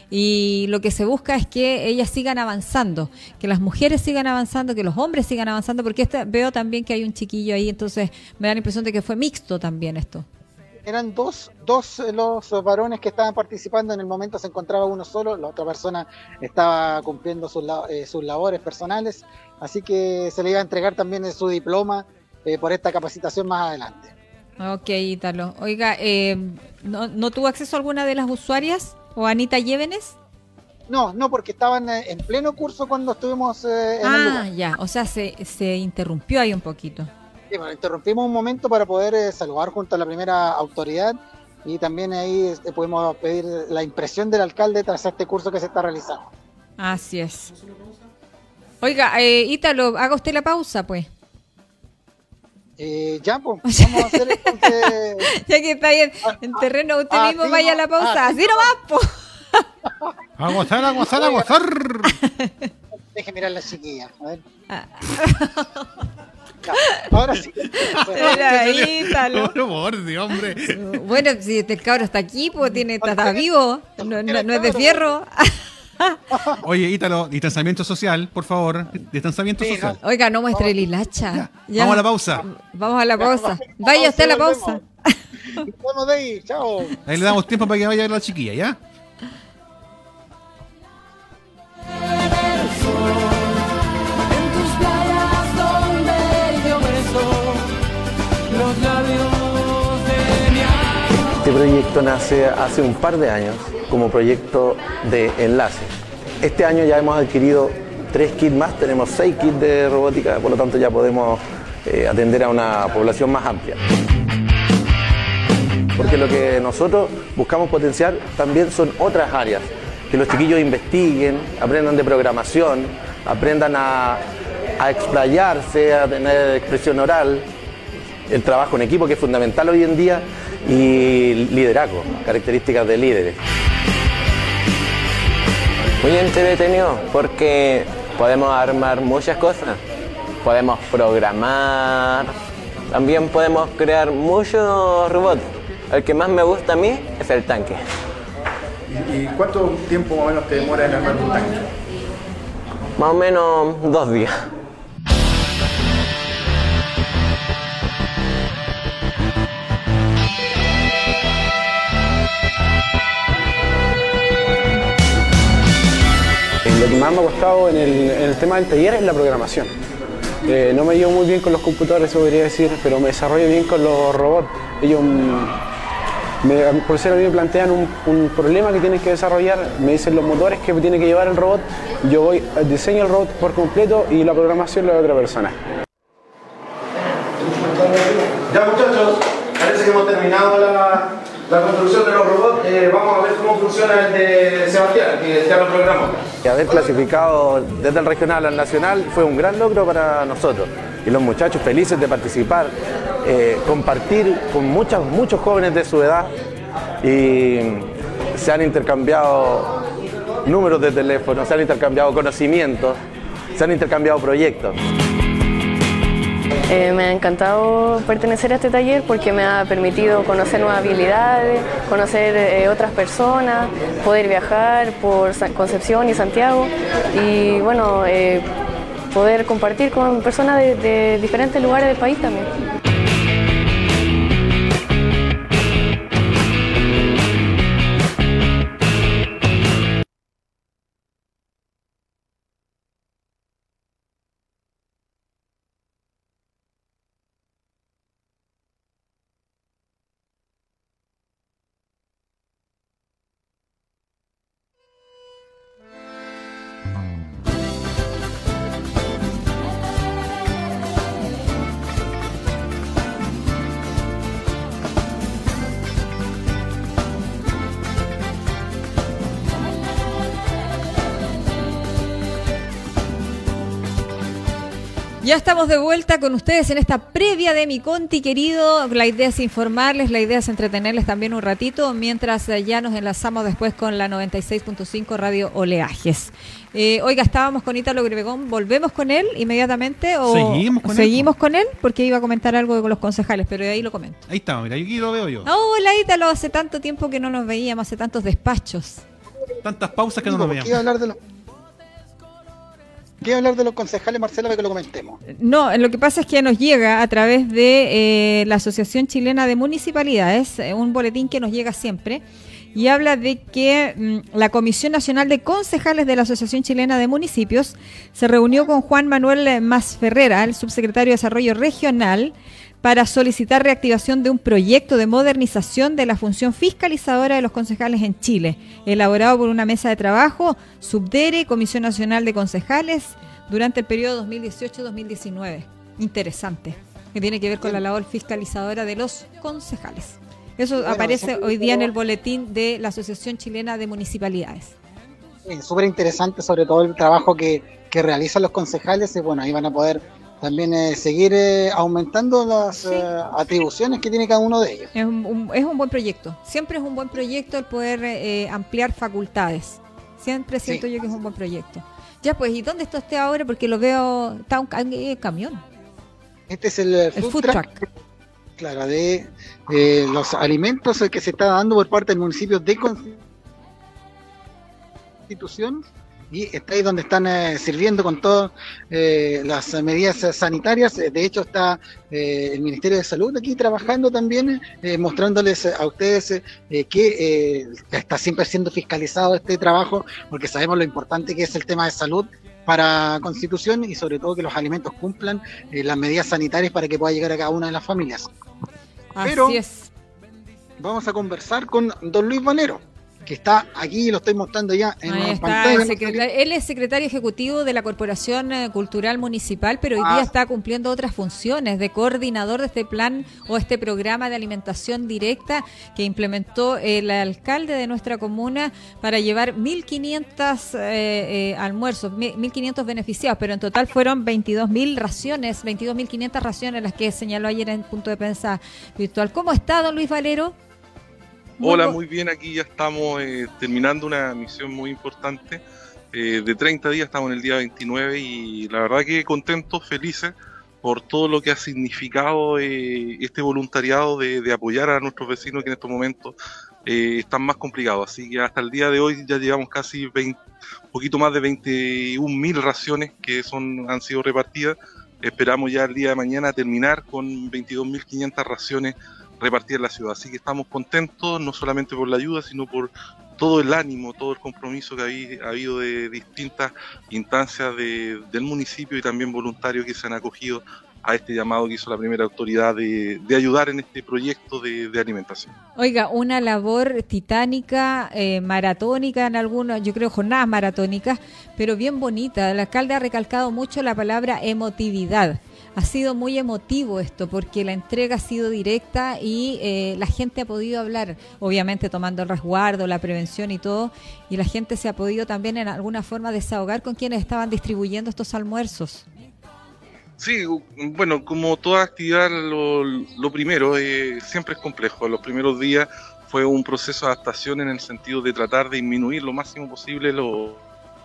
y lo que se busca es que ellas sigan avanzando, que las mujeres sigan avanzando, que los hombres sigan avanzando, porque esta, veo también que hay un chiquillo ahí, entonces me da la impresión de que fue mixto también esto. Eran dos, dos los varones que estaban participando, en el momento se encontraba uno solo, la otra persona estaba cumpliendo sus, eh, sus labores personales, así que se le iba a entregar también su diploma eh, por esta capacitación más adelante. Ok, Ítalo. Oiga, eh, ¿no, ¿no tuvo acceso a alguna de las usuarias o Anita Llévenes? No, no, porque estaban en pleno curso cuando estuvimos eh, en ah, el lugar. Ah, ya, o sea, se, se interrumpió ahí un poquito. Sí, bueno, interrumpimos un momento para poder eh, saludar junto a la primera autoridad y también ahí este, pudimos pedir la impresión del alcalde tras este curso que se está realizando. Así es. Oiga, eh, Ítalo, haga usted la pausa, pues. Eh, ya, pues, vamos a hacer entonces... ya que está ahí en, en terreno, usted ah, mismo sí, vaya a la pausa. Así nomás, pues. A gozar, a gozar, a gozar. Deje mirar la chiquilla, a ver. Ah. Ya, ahora sí. Era Ítalo. Por favor, Dios, hombre. Bueno, si este cabro está aquí, pues tiene, está, está vivo, no, no, no es de fierro. Oye, Ítalo, distanciamiento social, por favor. Distanciamiento Sí, social. no. Oiga, no muestre el hilacha. Ya. Vamos a la pausa. Vamos a la pausa. Vaya usted a la pausa. Nos vemos de ahí, chao. Ahí le damos tiempo para que vaya a ver a la chiquilla, ¿ya? Este proyecto nace hace un par de años como proyecto de enlace. Este año ya hemos adquirido tres kits más, tenemos seis kits de robótica, por lo tanto ya podemos eh, atender a una población más amplia. Porque lo que nosotros buscamos potenciar también son otras áreas, que los chiquillos investiguen, aprendan de programación, aprendan a, a explayarse, a tener expresión oral, el trabajo en equipo que es fundamental hoy en día y liderazgo, características de líderes. Muy entretenido porque podemos armar muchas cosas, podemos programar, también podemos crear muchos robots. El que más me gusta a mí es el tanque. ¿Y cuánto tiempo más o menos te demora en armar un tanque? Más o menos dos días. Lo que más me ha costado en el, en el tema del taller es la programación. Eh, no me llevo muy bien con los computadores, eso podría decir, pero me desarrollo bien con los robots. Ellos, me, por ser a mí me plantean un, un problema que tienen que desarrollar, me dicen los motores que tiene que llevar el robot, yo voy, diseño el robot por completo y la programación la de otra persona. Ya, muchachos, parece que hemos terminado la, la construcción de los robots. Eh, vamos a ver cómo funciona el de Sebastián, que ya lo programó. Y haber clasificado desde el regional al nacional fue un gran logro para nosotros. y los muchachos felices de participar, eh, compartir con muchos, muchos jóvenes de su edad, y se han intercambiado números de teléfono, se han intercambiado conocimientos, se han intercambiado proyectos. Eh, me ha encantado pertenecer a este taller porque me ha permitido conocer nuevas habilidades, conocer eh, otras personas, poder viajar por San Concepción y Santiago y bueno, eh, poder compartir con personas de, de diferentes lugares del país también. Ya estamos de vuelta con ustedes en esta previa de Mi Conti, querido. La idea es informarles, la idea es entretenerles también un ratito, mientras ya nos enlazamos después con la noventa y seis punto cinco Radio Oleajes. Eh, oiga, estábamos con Ítalo Grevegón, ¿volvemos con él inmediatamente? O seguimos con seguimos él. con él, porque iba a comentar algo con los concejales, pero de ahí lo comento. Ahí está, mira, aquí lo veo yo. Hola Ítalo, hace tanto tiempo que no nos veíamos, hace tantos despachos. Tantas pausas que no nos veíamos. Quiero hablar de los... Quiero hablar de los concejales, Marcela, para que lo comentemos. No, lo que pasa es que nos llega a través de eh, la Asociación Chilena de Municipalidades, eh, un boletín que nos llega siempre, y habla de que mm, la Comisión Nacional de Concejales de la Asociación Chilena de Municipios se reunió con Juan Manuel Masferrera, el subsecretario de Desarrollo Regional, para solicitar reactivación de un proyecto de modernización de la función fiscalizadora de los concejales en Chile, elaborado por una mesa de trabajo, Subdere, Comisión Nacional de Concejales, durante el periodo dos mil dieciocho a dos mil diecinueve. Interesante, que tiene que ver con la labor fiscalizadora de los concejales. Eso bueno, aparece hoy día en el boletín de la Asociación Chilena de Municipalidades. Es súper interesante, sobre todo el trabajo que, que realizan los concejales, y bueno, ahí van a poder también eh, seguir eh, aumentando las sí. eh, atribuciones que tiene cada uno de ellos. Es un, un, es un buen proyecto, siempre es un buen proyecto el poder eh, ampliar facultades, siempre siento sí. yo que es un buen proyecto. Ya pues, ¿y dónde está usted ahora? Porque lo veo, está un eh, camión. Este es el, el food, food truck, truck. Claro, de eh, los alimentos que se está dando por parte del municipio de Constitución. Y está ahí donde están eh, sirviendo con todas eh, las medidas sanitarias. De hecho, está eh, el Ministerio de Salud aquí trabajando también, eh, mostrándoles a ustedes eh, que eh, está siempre siendo fiscalizado este trabajo, porque sabemos lo importante que es el tema de salud para Constitución y sobre todo que los alimentos cumplan eh, las medidas sanitarias para que pueda llegar a cada una de las familias. Así Pero es. Vamos a conversar con don Luis Valero, que está aquí, lo estoy mostrando ya en Ahí la está, pantalla. Él es secretario ejecutivo de la Corporación Cultural Municipal, pero hoy ah. día está cumpliendo otras funciones de coordinador de este plan o este programa de alimentación directa que implementó el alcalde de nuestra comuna para llevar mil quinientos eh, eh, almuerzos, mil quinientos beneficiados, pero en total fueron veintidós mil raciones, veintidós mil quinientas raciones las que señaló ayer en punto de prensa virtual. ¿Cómo está, don Luis Valero? Hola, muy bien, aquí ya estamos eh, terminando una misión muy importante, eh, de treinta días, estamos en el día veintinueve y la verdad que contentos, felices por todo lo que ha significado eh, este voluntariado de, de apoyar a nuestros vecinos que en estos momentos eh, están más complicados, así que hasta el día de hoy ya llevamos casi veinte, un poquito más de veintiún mil raciones que son, han sido repartidas. Esperamos ya el día de mañana terminar con veintidós mil quinientas raciones repartir en la ciudad, así que estamos contentos no solamente por la ayuda, sino por todo el ánimo, todo el compromiso que ha habido de distintas instancias de, del municipio y también voluntarios que se han acogido a este llamado que hizo la primera autoridad de, de ayudar en este proyecto de, de alimentación. Oiga, una labor titánica, eh, maratónica en algunos, yo creo jornadas maratónicas, pero bien bonita. El alcalde ha recalcado mucho la palabra emotividad. Ha sido muy emotivo esto porque la entrega ha sido directa y eh, la gente ha podido hablar, obviamente tomando el resguardo, la prevención y todo, y la gente se ha podido también en alguna forma desahogar con quienes estaban distribuyendo estos almuerzos. Sí, bueno, como toda actividad, lo, lo primero eh, siempre es complejo. Los primeros días fue un proceso de adaptación en el sentido de tratar de disminuir lo máximo posible los,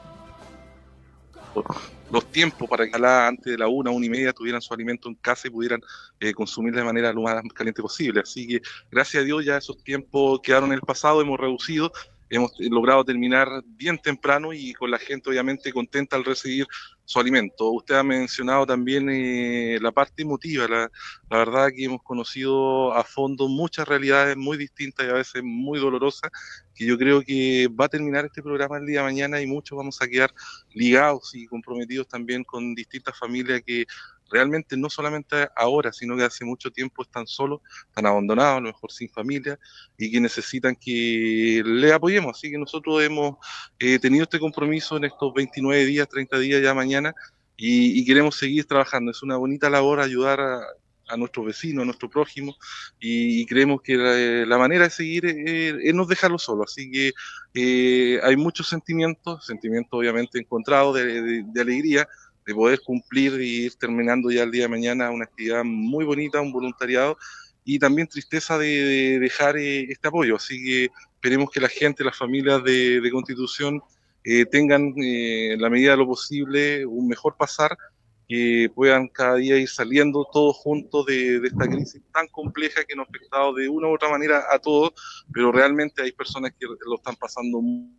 los tiempos para que antes de la una, una y media tuvieran su alimento en casa y pudieran eh, consumir de manera lo más caliente posible. Así que, gracias a Dios, ya esos tiempos quedaron en el pasado, hemos reducido. Hemos logrado terminar bien temprano y con la gente obviamente contenta al recibir su alimento. Usted ha mencionado también eh, la parte emotiva. La, la verdad que hemos conocido a fondo muchas realidades muy distintas y a veces muy dolorosas, que yo creo que va a terminar este programa el día de mañana y muchos vamos a quedar ligados y comprometidos también con distintas familias que realmente no solamente ahora, sino que hace mucho tiempo están solos, están abandonados, a lo mejor sin familia, y que necesitan que le apoyemos. Así que nosotros hemos eh, tenido este compromiso en estos veintinueve días, treinta días ya mañana, y, y queremos seguir trabajando. Es una bonita labor ayudar a, a nuestros vecinos, a nuestro prójimo, y, y creemos que la, la manera de seguir eh, es no dejarlo solo. Así que eh, hay muchos sentimientos, sentimientos obviamente encontrados de, de, de alegría, de poder cumplir y ir terminando ya el día de mañana una actividad muy bonita, un voluntariado, y también tristeza de, de dejar eh, este apoyo. Así que esperemos que la gente, las familias de, de Constitución eh, tengan, eh, en la medida de lo posible, un mejor pasar, que puedan cada día ir saliendo todos juntos de, de esta crisis tan compleja que nos ha afectado de una u otra manera a todos, pero realmente hay personas que lo están pasando muy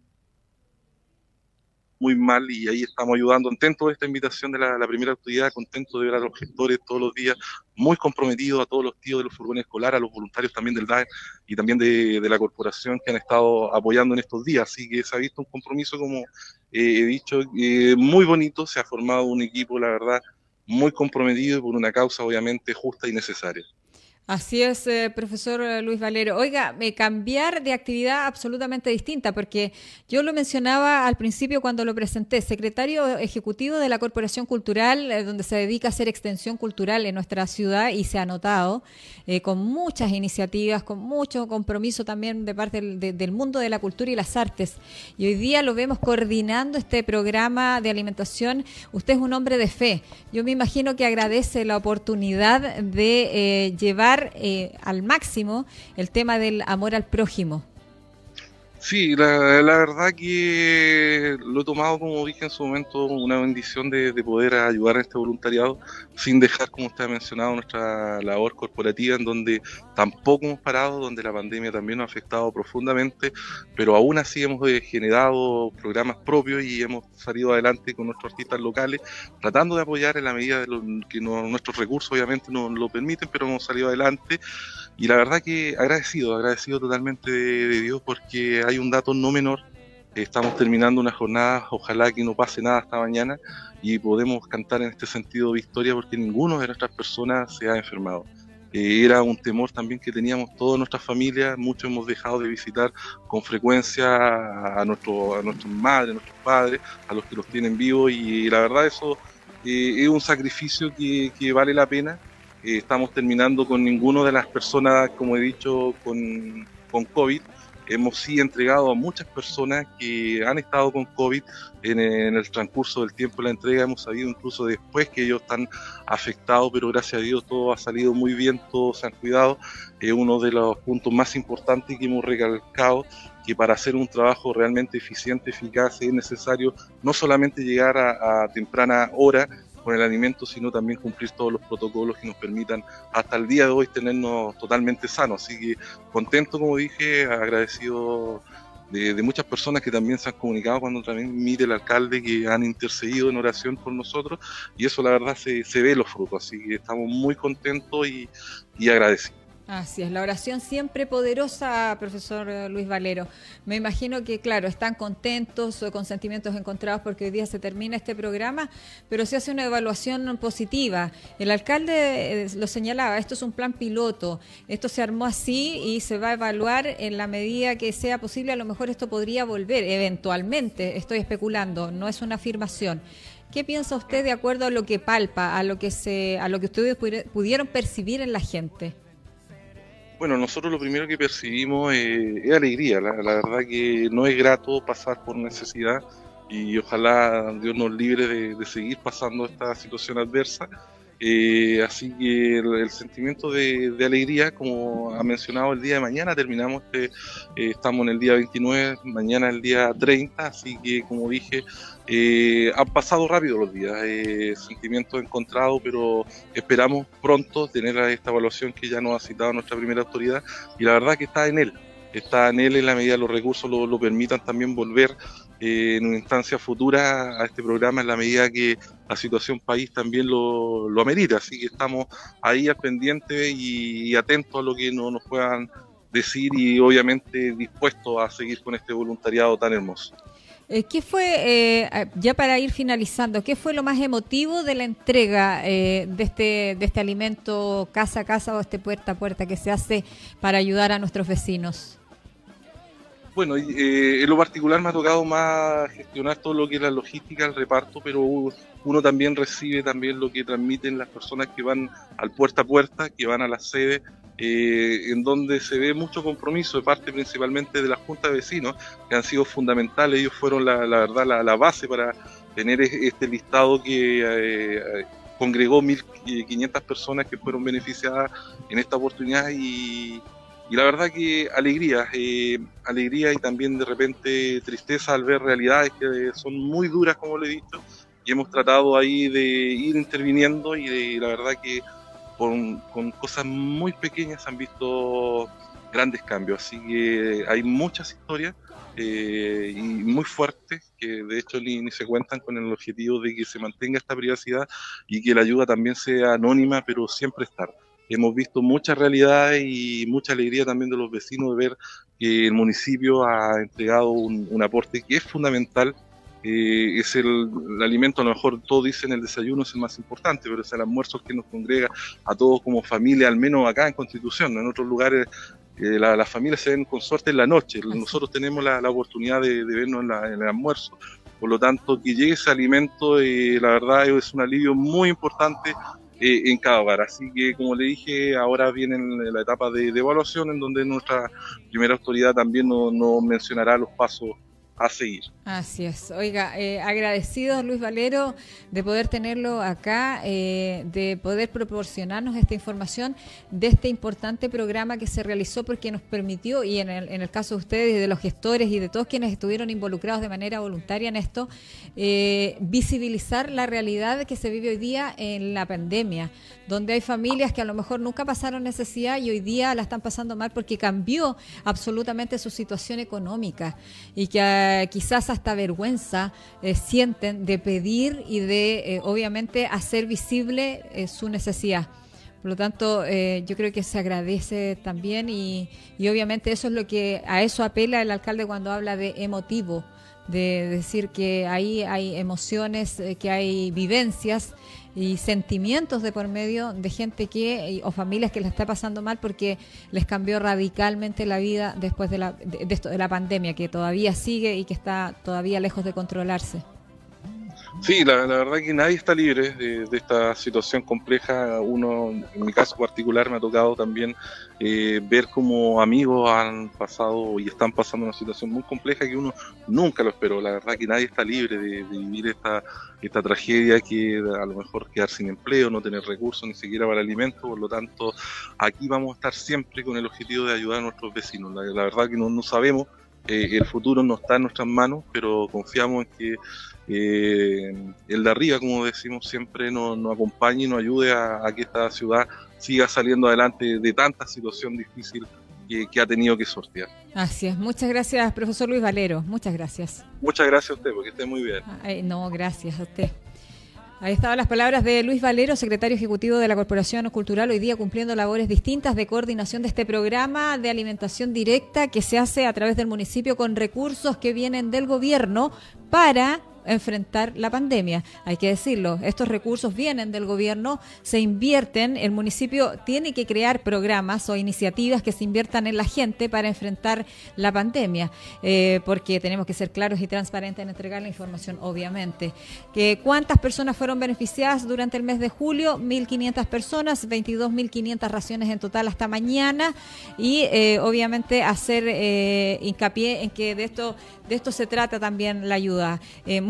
muy mal, y ahí estamos ayudando. Contento de esta invitación de la, la primera actividad, contento de ver a los gestores todos los días, muy comprometidos, a todos los tíos de los furgones escolares, a los voluntarios también del D A E y también de, de la corporación que han estado apoyando en estos días. Así que se ha visto un compromiso, como eh, he dicho, eh, muy bonito. Se ha formado un equipo, la verdad, muy comprometido por una causa obviamente justa y necesaria. Así es, eh, profesor Luis Valero. Oiga, eh, cambiar de actividad absolutamente distinta, porque yo lo mencionaba al principio cuando lo presenté, secretario ejecutivo de la Corporación Cultural, eh, donde se dedica a hacer extensión cultural en nuestra ciudad, y se ha notado eh, con muchas iniciativas, con mucho compromiso también de parte del, de, del mundo de la cultura y las artes. Y hoy día lo vemos coordinando este programa de alimentación. Usted es un hombre de fe. Yo me imagino que agradece la oportunidad de eh, llevar Eh, al máximo el tema del amor al prójimo. Sí, la, la verdad que lo he tomado, como dije en su momento, una bendición de, de poder ayudar a este voluntariado, sin dejar, como usted ha mencionado, nuestra labor corporativa, en donde tampoco hemos parado, donde la pandemia también nos ha afectado profundamente, pero aún así hemos eh, generado programas propios y hemos salido adelante con nuestros artistas locales, tratando de apoyar en la medida de lo que no, nuestros recursos obviamente nos lo permiten, pero hemos salido adelante. Y la verdad que agradecido, agradecido totalmente de, de Dios, porque hay un dato no menor. Estamos terminando una jornada, ojalá que no pase nada hasta mañana y podemos cantar en este sentido victoria, porque ninguno de nuestras personas se ha enfermado. Eh, era un temor también que teníamos todas nuestras familias, muchos hemos dejado de visitar con frecuencia a, nuestro, a nuestras madres, a nuestros padres, a los que los tienen vivos, y la verdad eso eh, es un sacrificio que, que vale la pena. Eh, estamos terminando con ninguno de las personas, como he dicho, con, con COVID. Hemos sí entregado a muchas personas que han estado con COVID en, en el transcurso del tiempo de la entrega. Hemos sabido incluso después que ellos están afectados, pero gracias a Dios todo ha salido muy bien, todos se han cuidado. Es eh, uno de los puntos más importantes que hemos recalcado, que para hacer un trabajo realmente eficiente, eficaz, es necesario no solamente llegar a, a temprana hora con el alimento, sino también cumplir todos los protocolos que nos permitan hasta el día de hoy tenernos totalmente sanos. Así que contento, como dije, agradecido de, de muchas personas que también se han comunicado cuando también mire el alcalde, que han intercedido en oración por nosotros, y eso la verdad se, se ve los frutos. Así que estamos muy contentos y, y agradecidos. Así es, la oración siempre poderosa, profesor Luis Valero. Me imagino que, claro, están contentos o con sentimientos encontrados porque hoy día se termina este programa, pero se hace una evaluación positiva. El alcalde lo señalaba, esto es un plan piloto, esto se armó así y se va a evaluar en la medida que sea posible. A lo mejor esto podría volver, eventualmente, estoy especulando, no es una afirmación. ¿Qué piensa usted de acuerdo a lo que palpa, a lo que, se, a lo que ustedes pudieron percibir en la gente? Bueno, nosotros lo primero que percibimos eh, es alegría. La, la verdad que no es grato pasar por necesidad, y ojalá Dios nos libre de, de seguir pasando esta situación adversa. Eh, así que el, el sentimiento de, de alegría, como ha mencionado, el día de mañana terminamos, este, eh, estamos en el día veintinueve, mañana el día treinta, así que como dije, eh, han pasado rápido los días, eh, sentimientos encontrados, pero esperamos pronto tener esta evaluación que ya nos ha citado nuestra primera autoridad, y la verdad que está en él, está en él en la medida de los recursos lo, lo permitan también volver eh, en una instancia futura a este programa en la medida que la situación país también lo, lo amerita, así que estamos ahí al pendiente y, y atentos a lo que no, nos puedan decir y obviamente dispuestos a seguir con este voluntariado tan hermoso. Eh, ¿Qué fue, eh, ya para ir finalizando, qué fue lo más emotivo de la entrega eh, de este de este alimento casa a casa o este puerta a puerta que se hace para ayudar a nuestros vecinos? Bueno, eh, en lo particular me ha tocado más gestionar todo lo que es la logística, el reparto, pero uno también recibe también lo que transmiten las personas que van al puerta a puerta, que van a la sede, eh, en donde se ve mucho compromiso de parte principalmente de la Junta de Vecinos, que han sido fundamentales. Ellos fueron la, la verdad la, la base para tener este listado que eh, congregó mil quinientas personas que fueron beneficiadas en esta oportunidad y Y la verdad que alegría, eh, alegría y también de repente tristeza al ver realidades que son muy duras, como le he dicho, y hemos tratado ahí de ir interviniendo y de, la verdad que con, con cosas muy pequeñas han visto grandes cambios. Así que hay muchas historias eh, y muy fuertes que de hecho ni, ni se cuentan con el objetivo de que se mantenga esta privacidad y que la ayuda también sea anónima, pero siempre estar. Hemos visto muchas realidades y mucha alegría también de los vecinos de ver que el municipio ha entregado un, un aporte que es fundamental. Eh, es el, el alimento, a lo mejor todos dicen el desayuno es el más importante, pero es el almuerzo que nos congrega a todos como familia, al menos acá en Constitución. En otros lugares eh, las la familias se ven con suerte en la noche. Nosotros tenemos la, la oportunidad de, de vernos en, la, en el almuerzo. Por lo tanto, que llegue ese alimento, eh, la verdad es un alivio muy importante Eh, en cada hogar. Así que, como le dije, ahora viene la etapa de, de evaluación en donde nuestra primera autoridad también nos no mencionará los pasos a seguir. Así es. Oiga, eh, agradecidos, Luis Valero, de poder tenerlo acá, eh, de poder proporcionarnos esta información de este importante programa que se realizó porque nos permitió, y en el, en el caso de ustedes y de los gestores y de todos quienes estuvieron involucrados de manera voluntaria en esto, eh, visibilizar la realidad que se vive hoy día en la pandemia, donde hay familias que a lo mejor nunca pasaron necesidad y hoy día la están pasando mal porque cambió absolutamente su situación económica y que eh, quizás hasta vergüenza eh, sienten de pedir y de eh, obviamente hacer visible eh, su necesidad. Por lo tanto, eh, yo creo que se agradece también y, y obviamente eso es lo que a eso apela el alcalde cuando habla de emotivo, de decir que ahí hay emociones, eh, que hay vivencias y sentimientos de por medio de gente que o familias que la está pasando mal porque les cambió radicalmente la vida después de la de, de esto de la pandemia que todavía sigue y que está todavía lejos de controlarse. Sí, la, la verdad que nadie está libre de, de esta situación compleja. Uno, en mi caso particular, me ha tocado también eh, ver cómo amigos han pasado y están pasando una situación muy compleja que uno nunca lo esperó. La verdad que nadie está libre de, de vivir esta, esta tragedia, que a lo mejor quedar sin empleo, no tener recursos ni siquiera para alimento. Por lo tanto, aquí vamos a estar siempre con el objetivo de ayudar a nuestros vecinos. La, la verdad que no, no sabemos, eh, el futuro no está en nuestras manos, pero confiamos en que Eh, el de arriba, como decimos siempre, nos, nos acompañe y nos ayude a, a que esta ciudad siga saliendo adelante de tanta situación difícil que, que ha tenido que sortear. Así es. Muchas gracias, profesor Luis Valero. Muchas gracias. Muchas gracias a usted, porque esté muy bien. Ay, no, gracias a usted. Ahí estaban las palabras de Luis Valero, secretario ejecutivo de la Corporación Cultural, hoy día cumpliendo labores distintas de coordinación de este programa de alimentación directa que se hace a través del municipio con recursos que vienen del gobierno para enfrentar la pandemia. Hay que decirlo, estos recursos vienen del gobierno, se invierten, el municipio tiene que crear programas o iniciativas que se inviertan en la gente para enfrentar la pandemia, eh, porque tenemos que ser claros y transparentes en entregar la información, obviamente. Que ¿cuántas personas fueron beneficiadas durante el mes de julio? mil quinientas personas, veintidós mil quinientas raciones en total hasta mañana y eh, obviamente hacer eh, hincapié en que de esto, de esto se trata también la ayuda. Eh,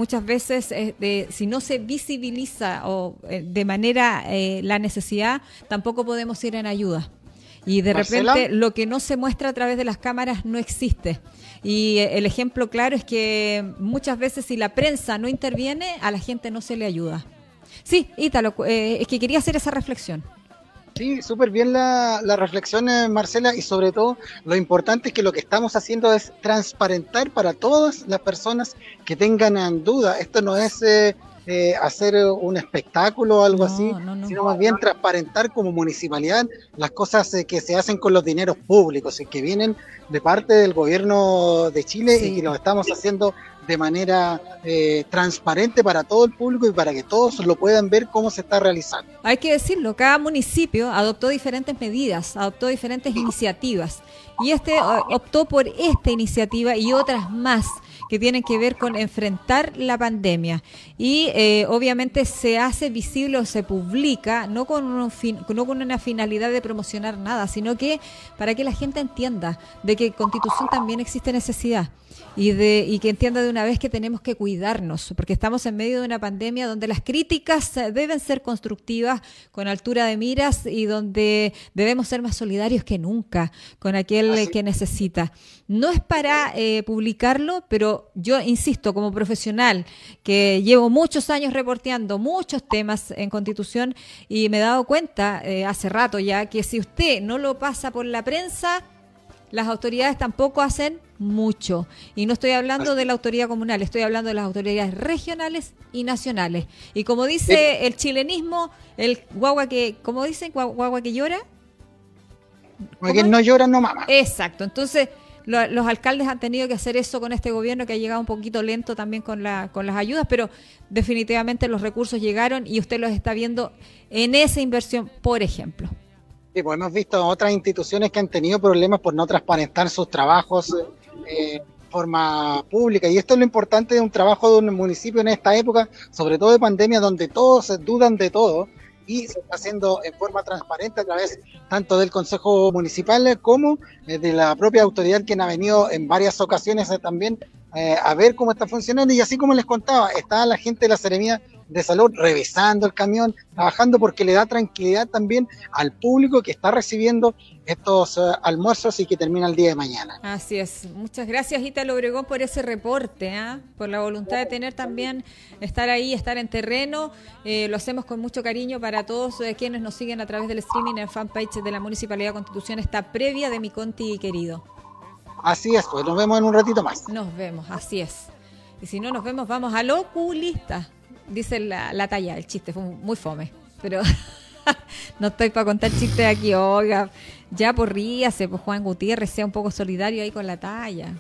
muchas veces eh, de, si no se visibiliza o eh, de manera eh, la necesidad, tampoco podemos ir en ayuda. Y de Marcela, repente lo que no se muestra a través de las cámaras no existe. Y eh, el ejemplo claro es que muchas veces si la prensa no interviene, a la gente no se le ayuda. Sí, Ítalo, eh, es que quería hacer esa reflexión. Sí, súper bien la, la reflexión, eh, Marcela, y sobre todo lo importante es que lo que estamos haciendo es transparentar para todas las personas que tengan duda. Esto no es eh, eh, hacer un espectáculo o algo no, así, no, no. sino más bien transparentar como municipalidad las cosas eh, que se hacen con los dineros públicos y que vienen de parte del gobierno de Chile sí. y que lo estamos haciendo de manera eh, transparente para todo el público y para que todos lo puedan ver cómo se está realizando. Hay que decirlo, cada municipio adoptó diferentes medidas, adoptó diferentes iniciativas y este optó por esta iniciativa y otras más que tienen que ver con enfrentar la pandemia y eh, obviamente se hace visible o se publica no con, un fin, no con una finalidad de promocionar nada, sino que para que la gente entienda de que en Constitución también existe necesidad y, de, y que entienda de una vez que tenemos que cuidarnos, porque estamos en medio de una pandemia donde las críticas deben ser constructivas, con altura de miras y donde debemos ser más solidarios que nunca con aquel Así. que necesita. No es para eh, publicarlo, pero yo insisto, como profesional que llevo muchos años reporteando muchos temas en Constitución y me he dado cuenta eh, hace rato ya que si usted no lo pasa por la prensa, las autoridades tampoco hacen mucho. Y no estoy hablando de la autoridad comunal, estoy hablando de las autoridades regionales y nacionales. Y como dice el chilenismo, el guagua que, ¿cómo dicen? Guagua que llora. Que no llora, no mama. Exacto. Entonces, lo, los alcaldes han tenido que hacer eso con este gobierno que ha llegado un poquito lento también con, la, con las ayudas, pero definitivamente los recursos llegaron y usted los está viendo en esa inversión, por ejemplo. Sí, pues hemos visto otras instituciones que han tenido problemas por no transparentar sus trabajos eh, de forma pública, y esto es lo importante de un trabajo de un municipio en esta época, sobre todo de pandemia, donde todos dudan de todo y se está haciendo en forma transparente a través tanto del Consejo Municipal como de la propia autoridad, quien ha venido en varias ocasiones también eh, a ver cómo está funcionando. Y así como les contaba, está la gente de la Seremía de Salud revisando el camión, trabajando, porque le da tranquilidad también al público que está recibiendo estos uh, almuerzos y que termina el día de mañana. Así es. Muchas gracias, Ítalo Obregón, por ese reporte, ¿eh? Por la voluntad de tener también, estar ahí, estar en terreno. Eh, lo hacemos con mucho cariño para todos eh, quienes nos siguen a través del streaming en fanpage de la Municipalidad de Constitución, esta previa de mi Conti querido. Así es, pues nos vemos en un ratito más. Nos vemos, así es. Y si no nos vemos, vamos al oculista. Dice la, la talla, el chiste fue muy fome, pero no estoy para contar chistes aquí. Oiga, ya por ríase, pues Juan Gutiérrez, sea un poco solidario ahí con la talla.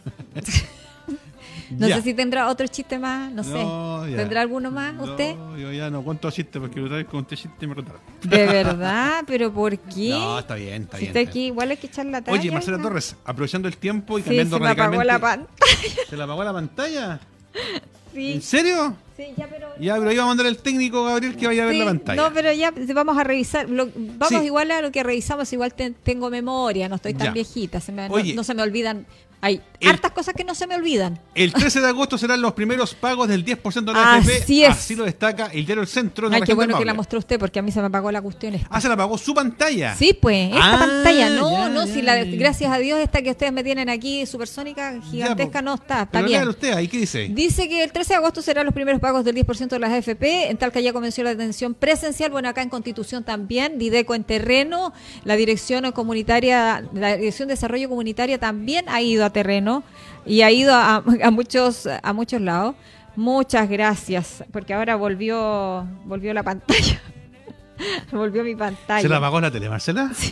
No ya. sé si tendrá otro chiste más, no, no sé. Ya. ¿Tendrá alguno más no, usted? Yo ya no cuento chistes porque otra vez conté chiste y me contaron. ¿De verdad? ¿Pero por qué? No, está bien, está si bien. Está está aquí, bien. Igual hay que echar la talla. Oye, Marcela ¿no? Torres, aprovechando el tiempo y sí, cambiando se radicalmente. Se me apagó la pantalla. ¿Se le apagó la pantalla? Sí. ¿En serio? Sí, ya, pero... Ya, pero iba a mandar el técnico, Gabriel, que vaya a ver sí, la pantalla. No, pero ya vamos a revisar. Lo, vamos sí. igual a lo que revisamos. Igual te, tengo memoria, no estoy tan ya. viejita. Se me, Oye, no, no se me olvidan. Hay el, hartas cosas que no se me olvidan. El trece de agosto serán los primeros pagos del diez por ciento de la A F P. Así es. Así lo destaca el diario El Centro. Ay, qué bueno que la mostró usted, porque a mí se me apagó la cuestión esta. Ah, se la apagó su pantalla. Sí, pues, esta ah, pantalla. No, ya, no, ya, si la, ya. gracias a Dios esta que ustedes me tienen aquí, supersónica, gigantesca, ya, no está. Está pero bien. usted, ¿ahí qué dice? Dice que el trece de agosto serán los primeros pagos del diez por ciento de las A F P. En Talca ya comenzó la atención presencial. Bueno, acá en Constitución también. Dideco en terreno. La dirección comunitaria, la Dirección de Desarrollo Comunitaria también ha ido a terreno. Y ha ido a, a muchos a muchos lados. Muchas gracias, porque ahora volvió volvió la pantalla. Volvió mi pantalla. ¿Se la apagó la tele, Marcela? Sí.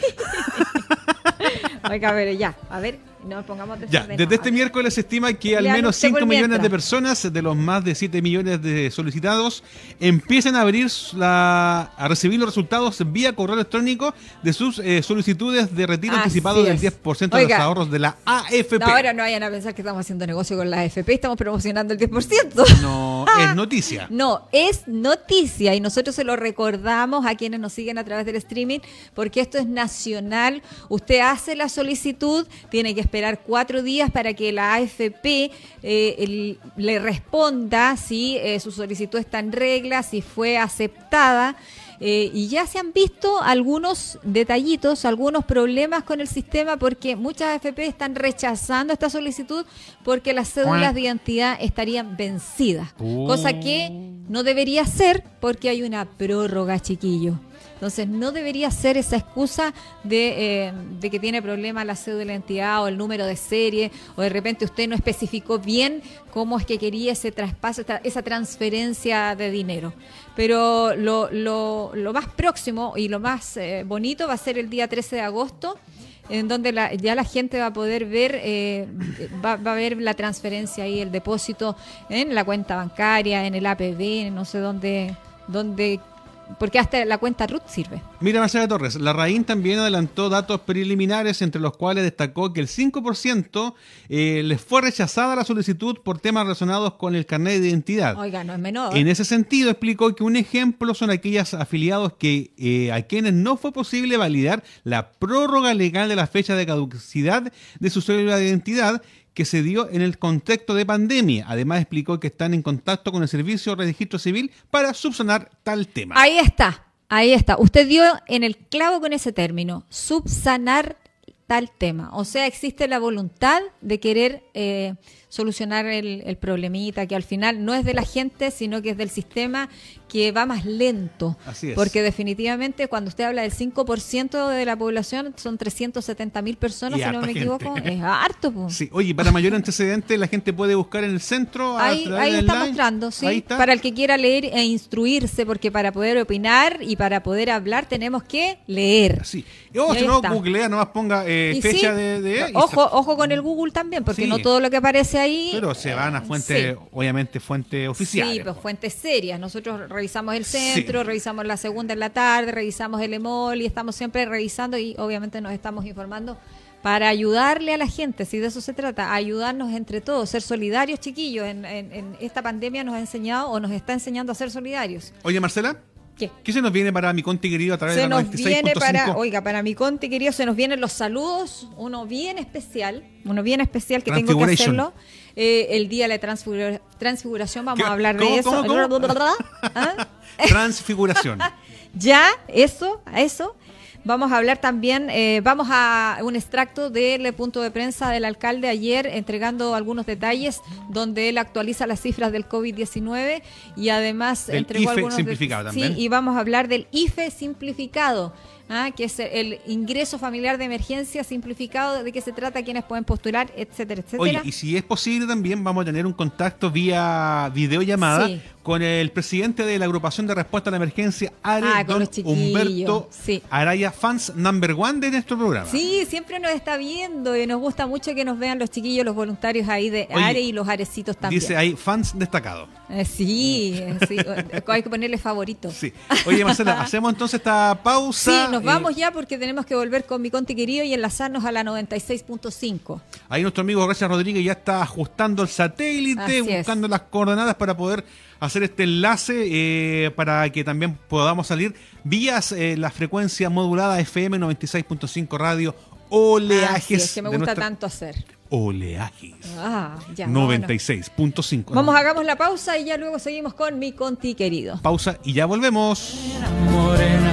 Oiga, a ver, ya, a ver, no pongamos ya, desde este miércoles se estima que al menos cinco millones de personas de los más de siete millones de solicitados empiecen a abrir la, a recibir los resultados vía correo electrónico de sus eh, solicitudes de retiro Así anticipado es. del diez por ciento Oiga, de los ahorros de la A F P. No, ahora no vayan a pensar que estamos haciendo negocio con la A F P, estamos promocionando el diez por ciento. No, es noticia. No, es noticia y nosotros se lo recordamos a quienes nos siguen a través del streaming porque esto es nacional. Usted hace la solicitud, tiene que esperar esperar cuatro días para que la A F P eh, el, le responda si eh, su solicitud está en regla, si fue aceptada. Eh, y ya se han visto algunos detallitos, algunos problemas con el sistema, porque muchas A F P están rechazando esta solicitud porque las cédulas de identidad estarían vencidas, oh. cosa que no debería ser porque hay una prórroga, chiquillo. Entonces no debería ser esa excusa de, eh, de que tiene problema la cédula de identidad o el número de serie, o de repente usted no especificó bien cómo es que quería ese traspaso, esta, esa transferencia de dinero. Pero lo, lo, lo más próximo y lo más eh, bonito va a ser el día trece de agosto, en donde la, ya la gente va a poder ver, eh, va, va a ver la transferencia ahí, el depósito en la cuenta bancaria, en el A P B, no sé dónde, dónde porque hasta la cuenta R U T sirve. Mira, Marcela Torres, la RAIN también adelantó datos preliminares, entre los cuales destacó que el cinco por ciento eh, les fue rechazada la solicitud por temas relacionados con el carnet de identidad. Oiga, no es menor. En ese sentido, explicó que un ejemplo son aquellos afiliados que eh, a quienes no fue posible validar la prórroga legal de la fecha de caducidad de su cédula de identidad, que se dio en el contexto de pandemia. Además, explicó que están en contacto con el Servicio de Registro Civil para subsanar tal tema. Ahí está, ahí está. Usted dio en el clavo con ese término, subsanar tal tema. O sea, existe la voluntad de querer eh, solucionar el, el problemita, que al final no es de la gente, sino que es del sistema, que va más lento. Así es. Porque definitivamente cuando usted habla del cinco por ciento de la población, son trescientos setenta mil personas, y si no me gente. equivoco. Es harto. Po. Sí. Oye, para mayor antecedente, la gente puede buscar en el centro. Ahí, ahí está online. mostrando, sí. Ahí está. Para el que quiera leer e instruirse, porque para poder opinar y para poder hablar tenemos que leer. Sí. Y ojo, si no, googlea, nomás ponga eh, fecha sí, de, de... Ojo, ojo con el Google también, porque sí, no todo lo que aparece ahí... Pero se van a fuentes, sí. obviamente, fuentes oficiales. Sí, pues fuentes serias. Nosotros revisamos el centro, sí. revisamos la segunda en la tarde, revisamos el EMOL y estamos siempre revisando y obviamente nos estamos informando para ayudarle a la gente, si de eso se trata, ayudarnos entre todos, ser solidarios, chiquillos. En, en, en esta pandemia nos ha enseñado o nos está enseñando a ser solidarios. Oye, Marcela. ¿Qué? ¿Qué se nos viene para mi Conti querido a través se de la noventa y seis punto cinco? Viene para, oiga, para mi Conti querido se nos vienen los saludos, uno bien especial, uno bien especial que tengo que hacerlo. Eh, el día de la transfigura, transfiguración, vamos a hablar ¿Cómo, de eso. ¿cómo, cómo? ¿Ah? Transfiguración. Ya, eso, a eso. Vamos a hablar también, eh, vamos a un extracto del punto de prensa del alcalde ayer, entregando algunos detalles donde él actualiza las cifras del COVID diecinueve y además del entregó I F E algunos simplificado de, también. Sí, y vamos a hablar del I F E simplificado. ¿Ah? Que es el ingreso familiar de emergencia simplificado, de qué se trata, quiénes pueden postular, etcétera, etcétera. Oye, y si es posible también vamos a tener un contacto vía videollamada sí. con el presidente de la agrupación de respuesta a la emergencia, ARE, ah, don Humberto sí. Araya, fans number one de nuestro programa. Sí, siempre nos está viendo y nos gusta mucho que nos vean los chiquillos, los voluntarios ahí de Oye, ARE y los arecitos también. Dice ahí, fans destacados. Eh, sí, sí, hay que ponerle favorito. Sí. Oye, Marcela, hacemos entonces esta pausa. Sí, nos vamos ya porque tenemos que volver con mi Conti querido y enlazarnos a la noventa y seis punto cinco. Ahí nuestro amigo Gracias Rodríguez ya está ajustando el satélite, Así buscando es. las coordenadas para poder hacer este enlace eh, para que también podamos salir vías eh, la frecuencia modulada F M noventa y seis punto cinco radio Oleajes. Es que me gusta nuestra... tanto hacer. Oleajes. Ah, ya. noventa y seis punto cinco. Vamos, hagamos la pausa y ya luego seguimos con mi Conti querido. Pausa y ya volvemos. Morena.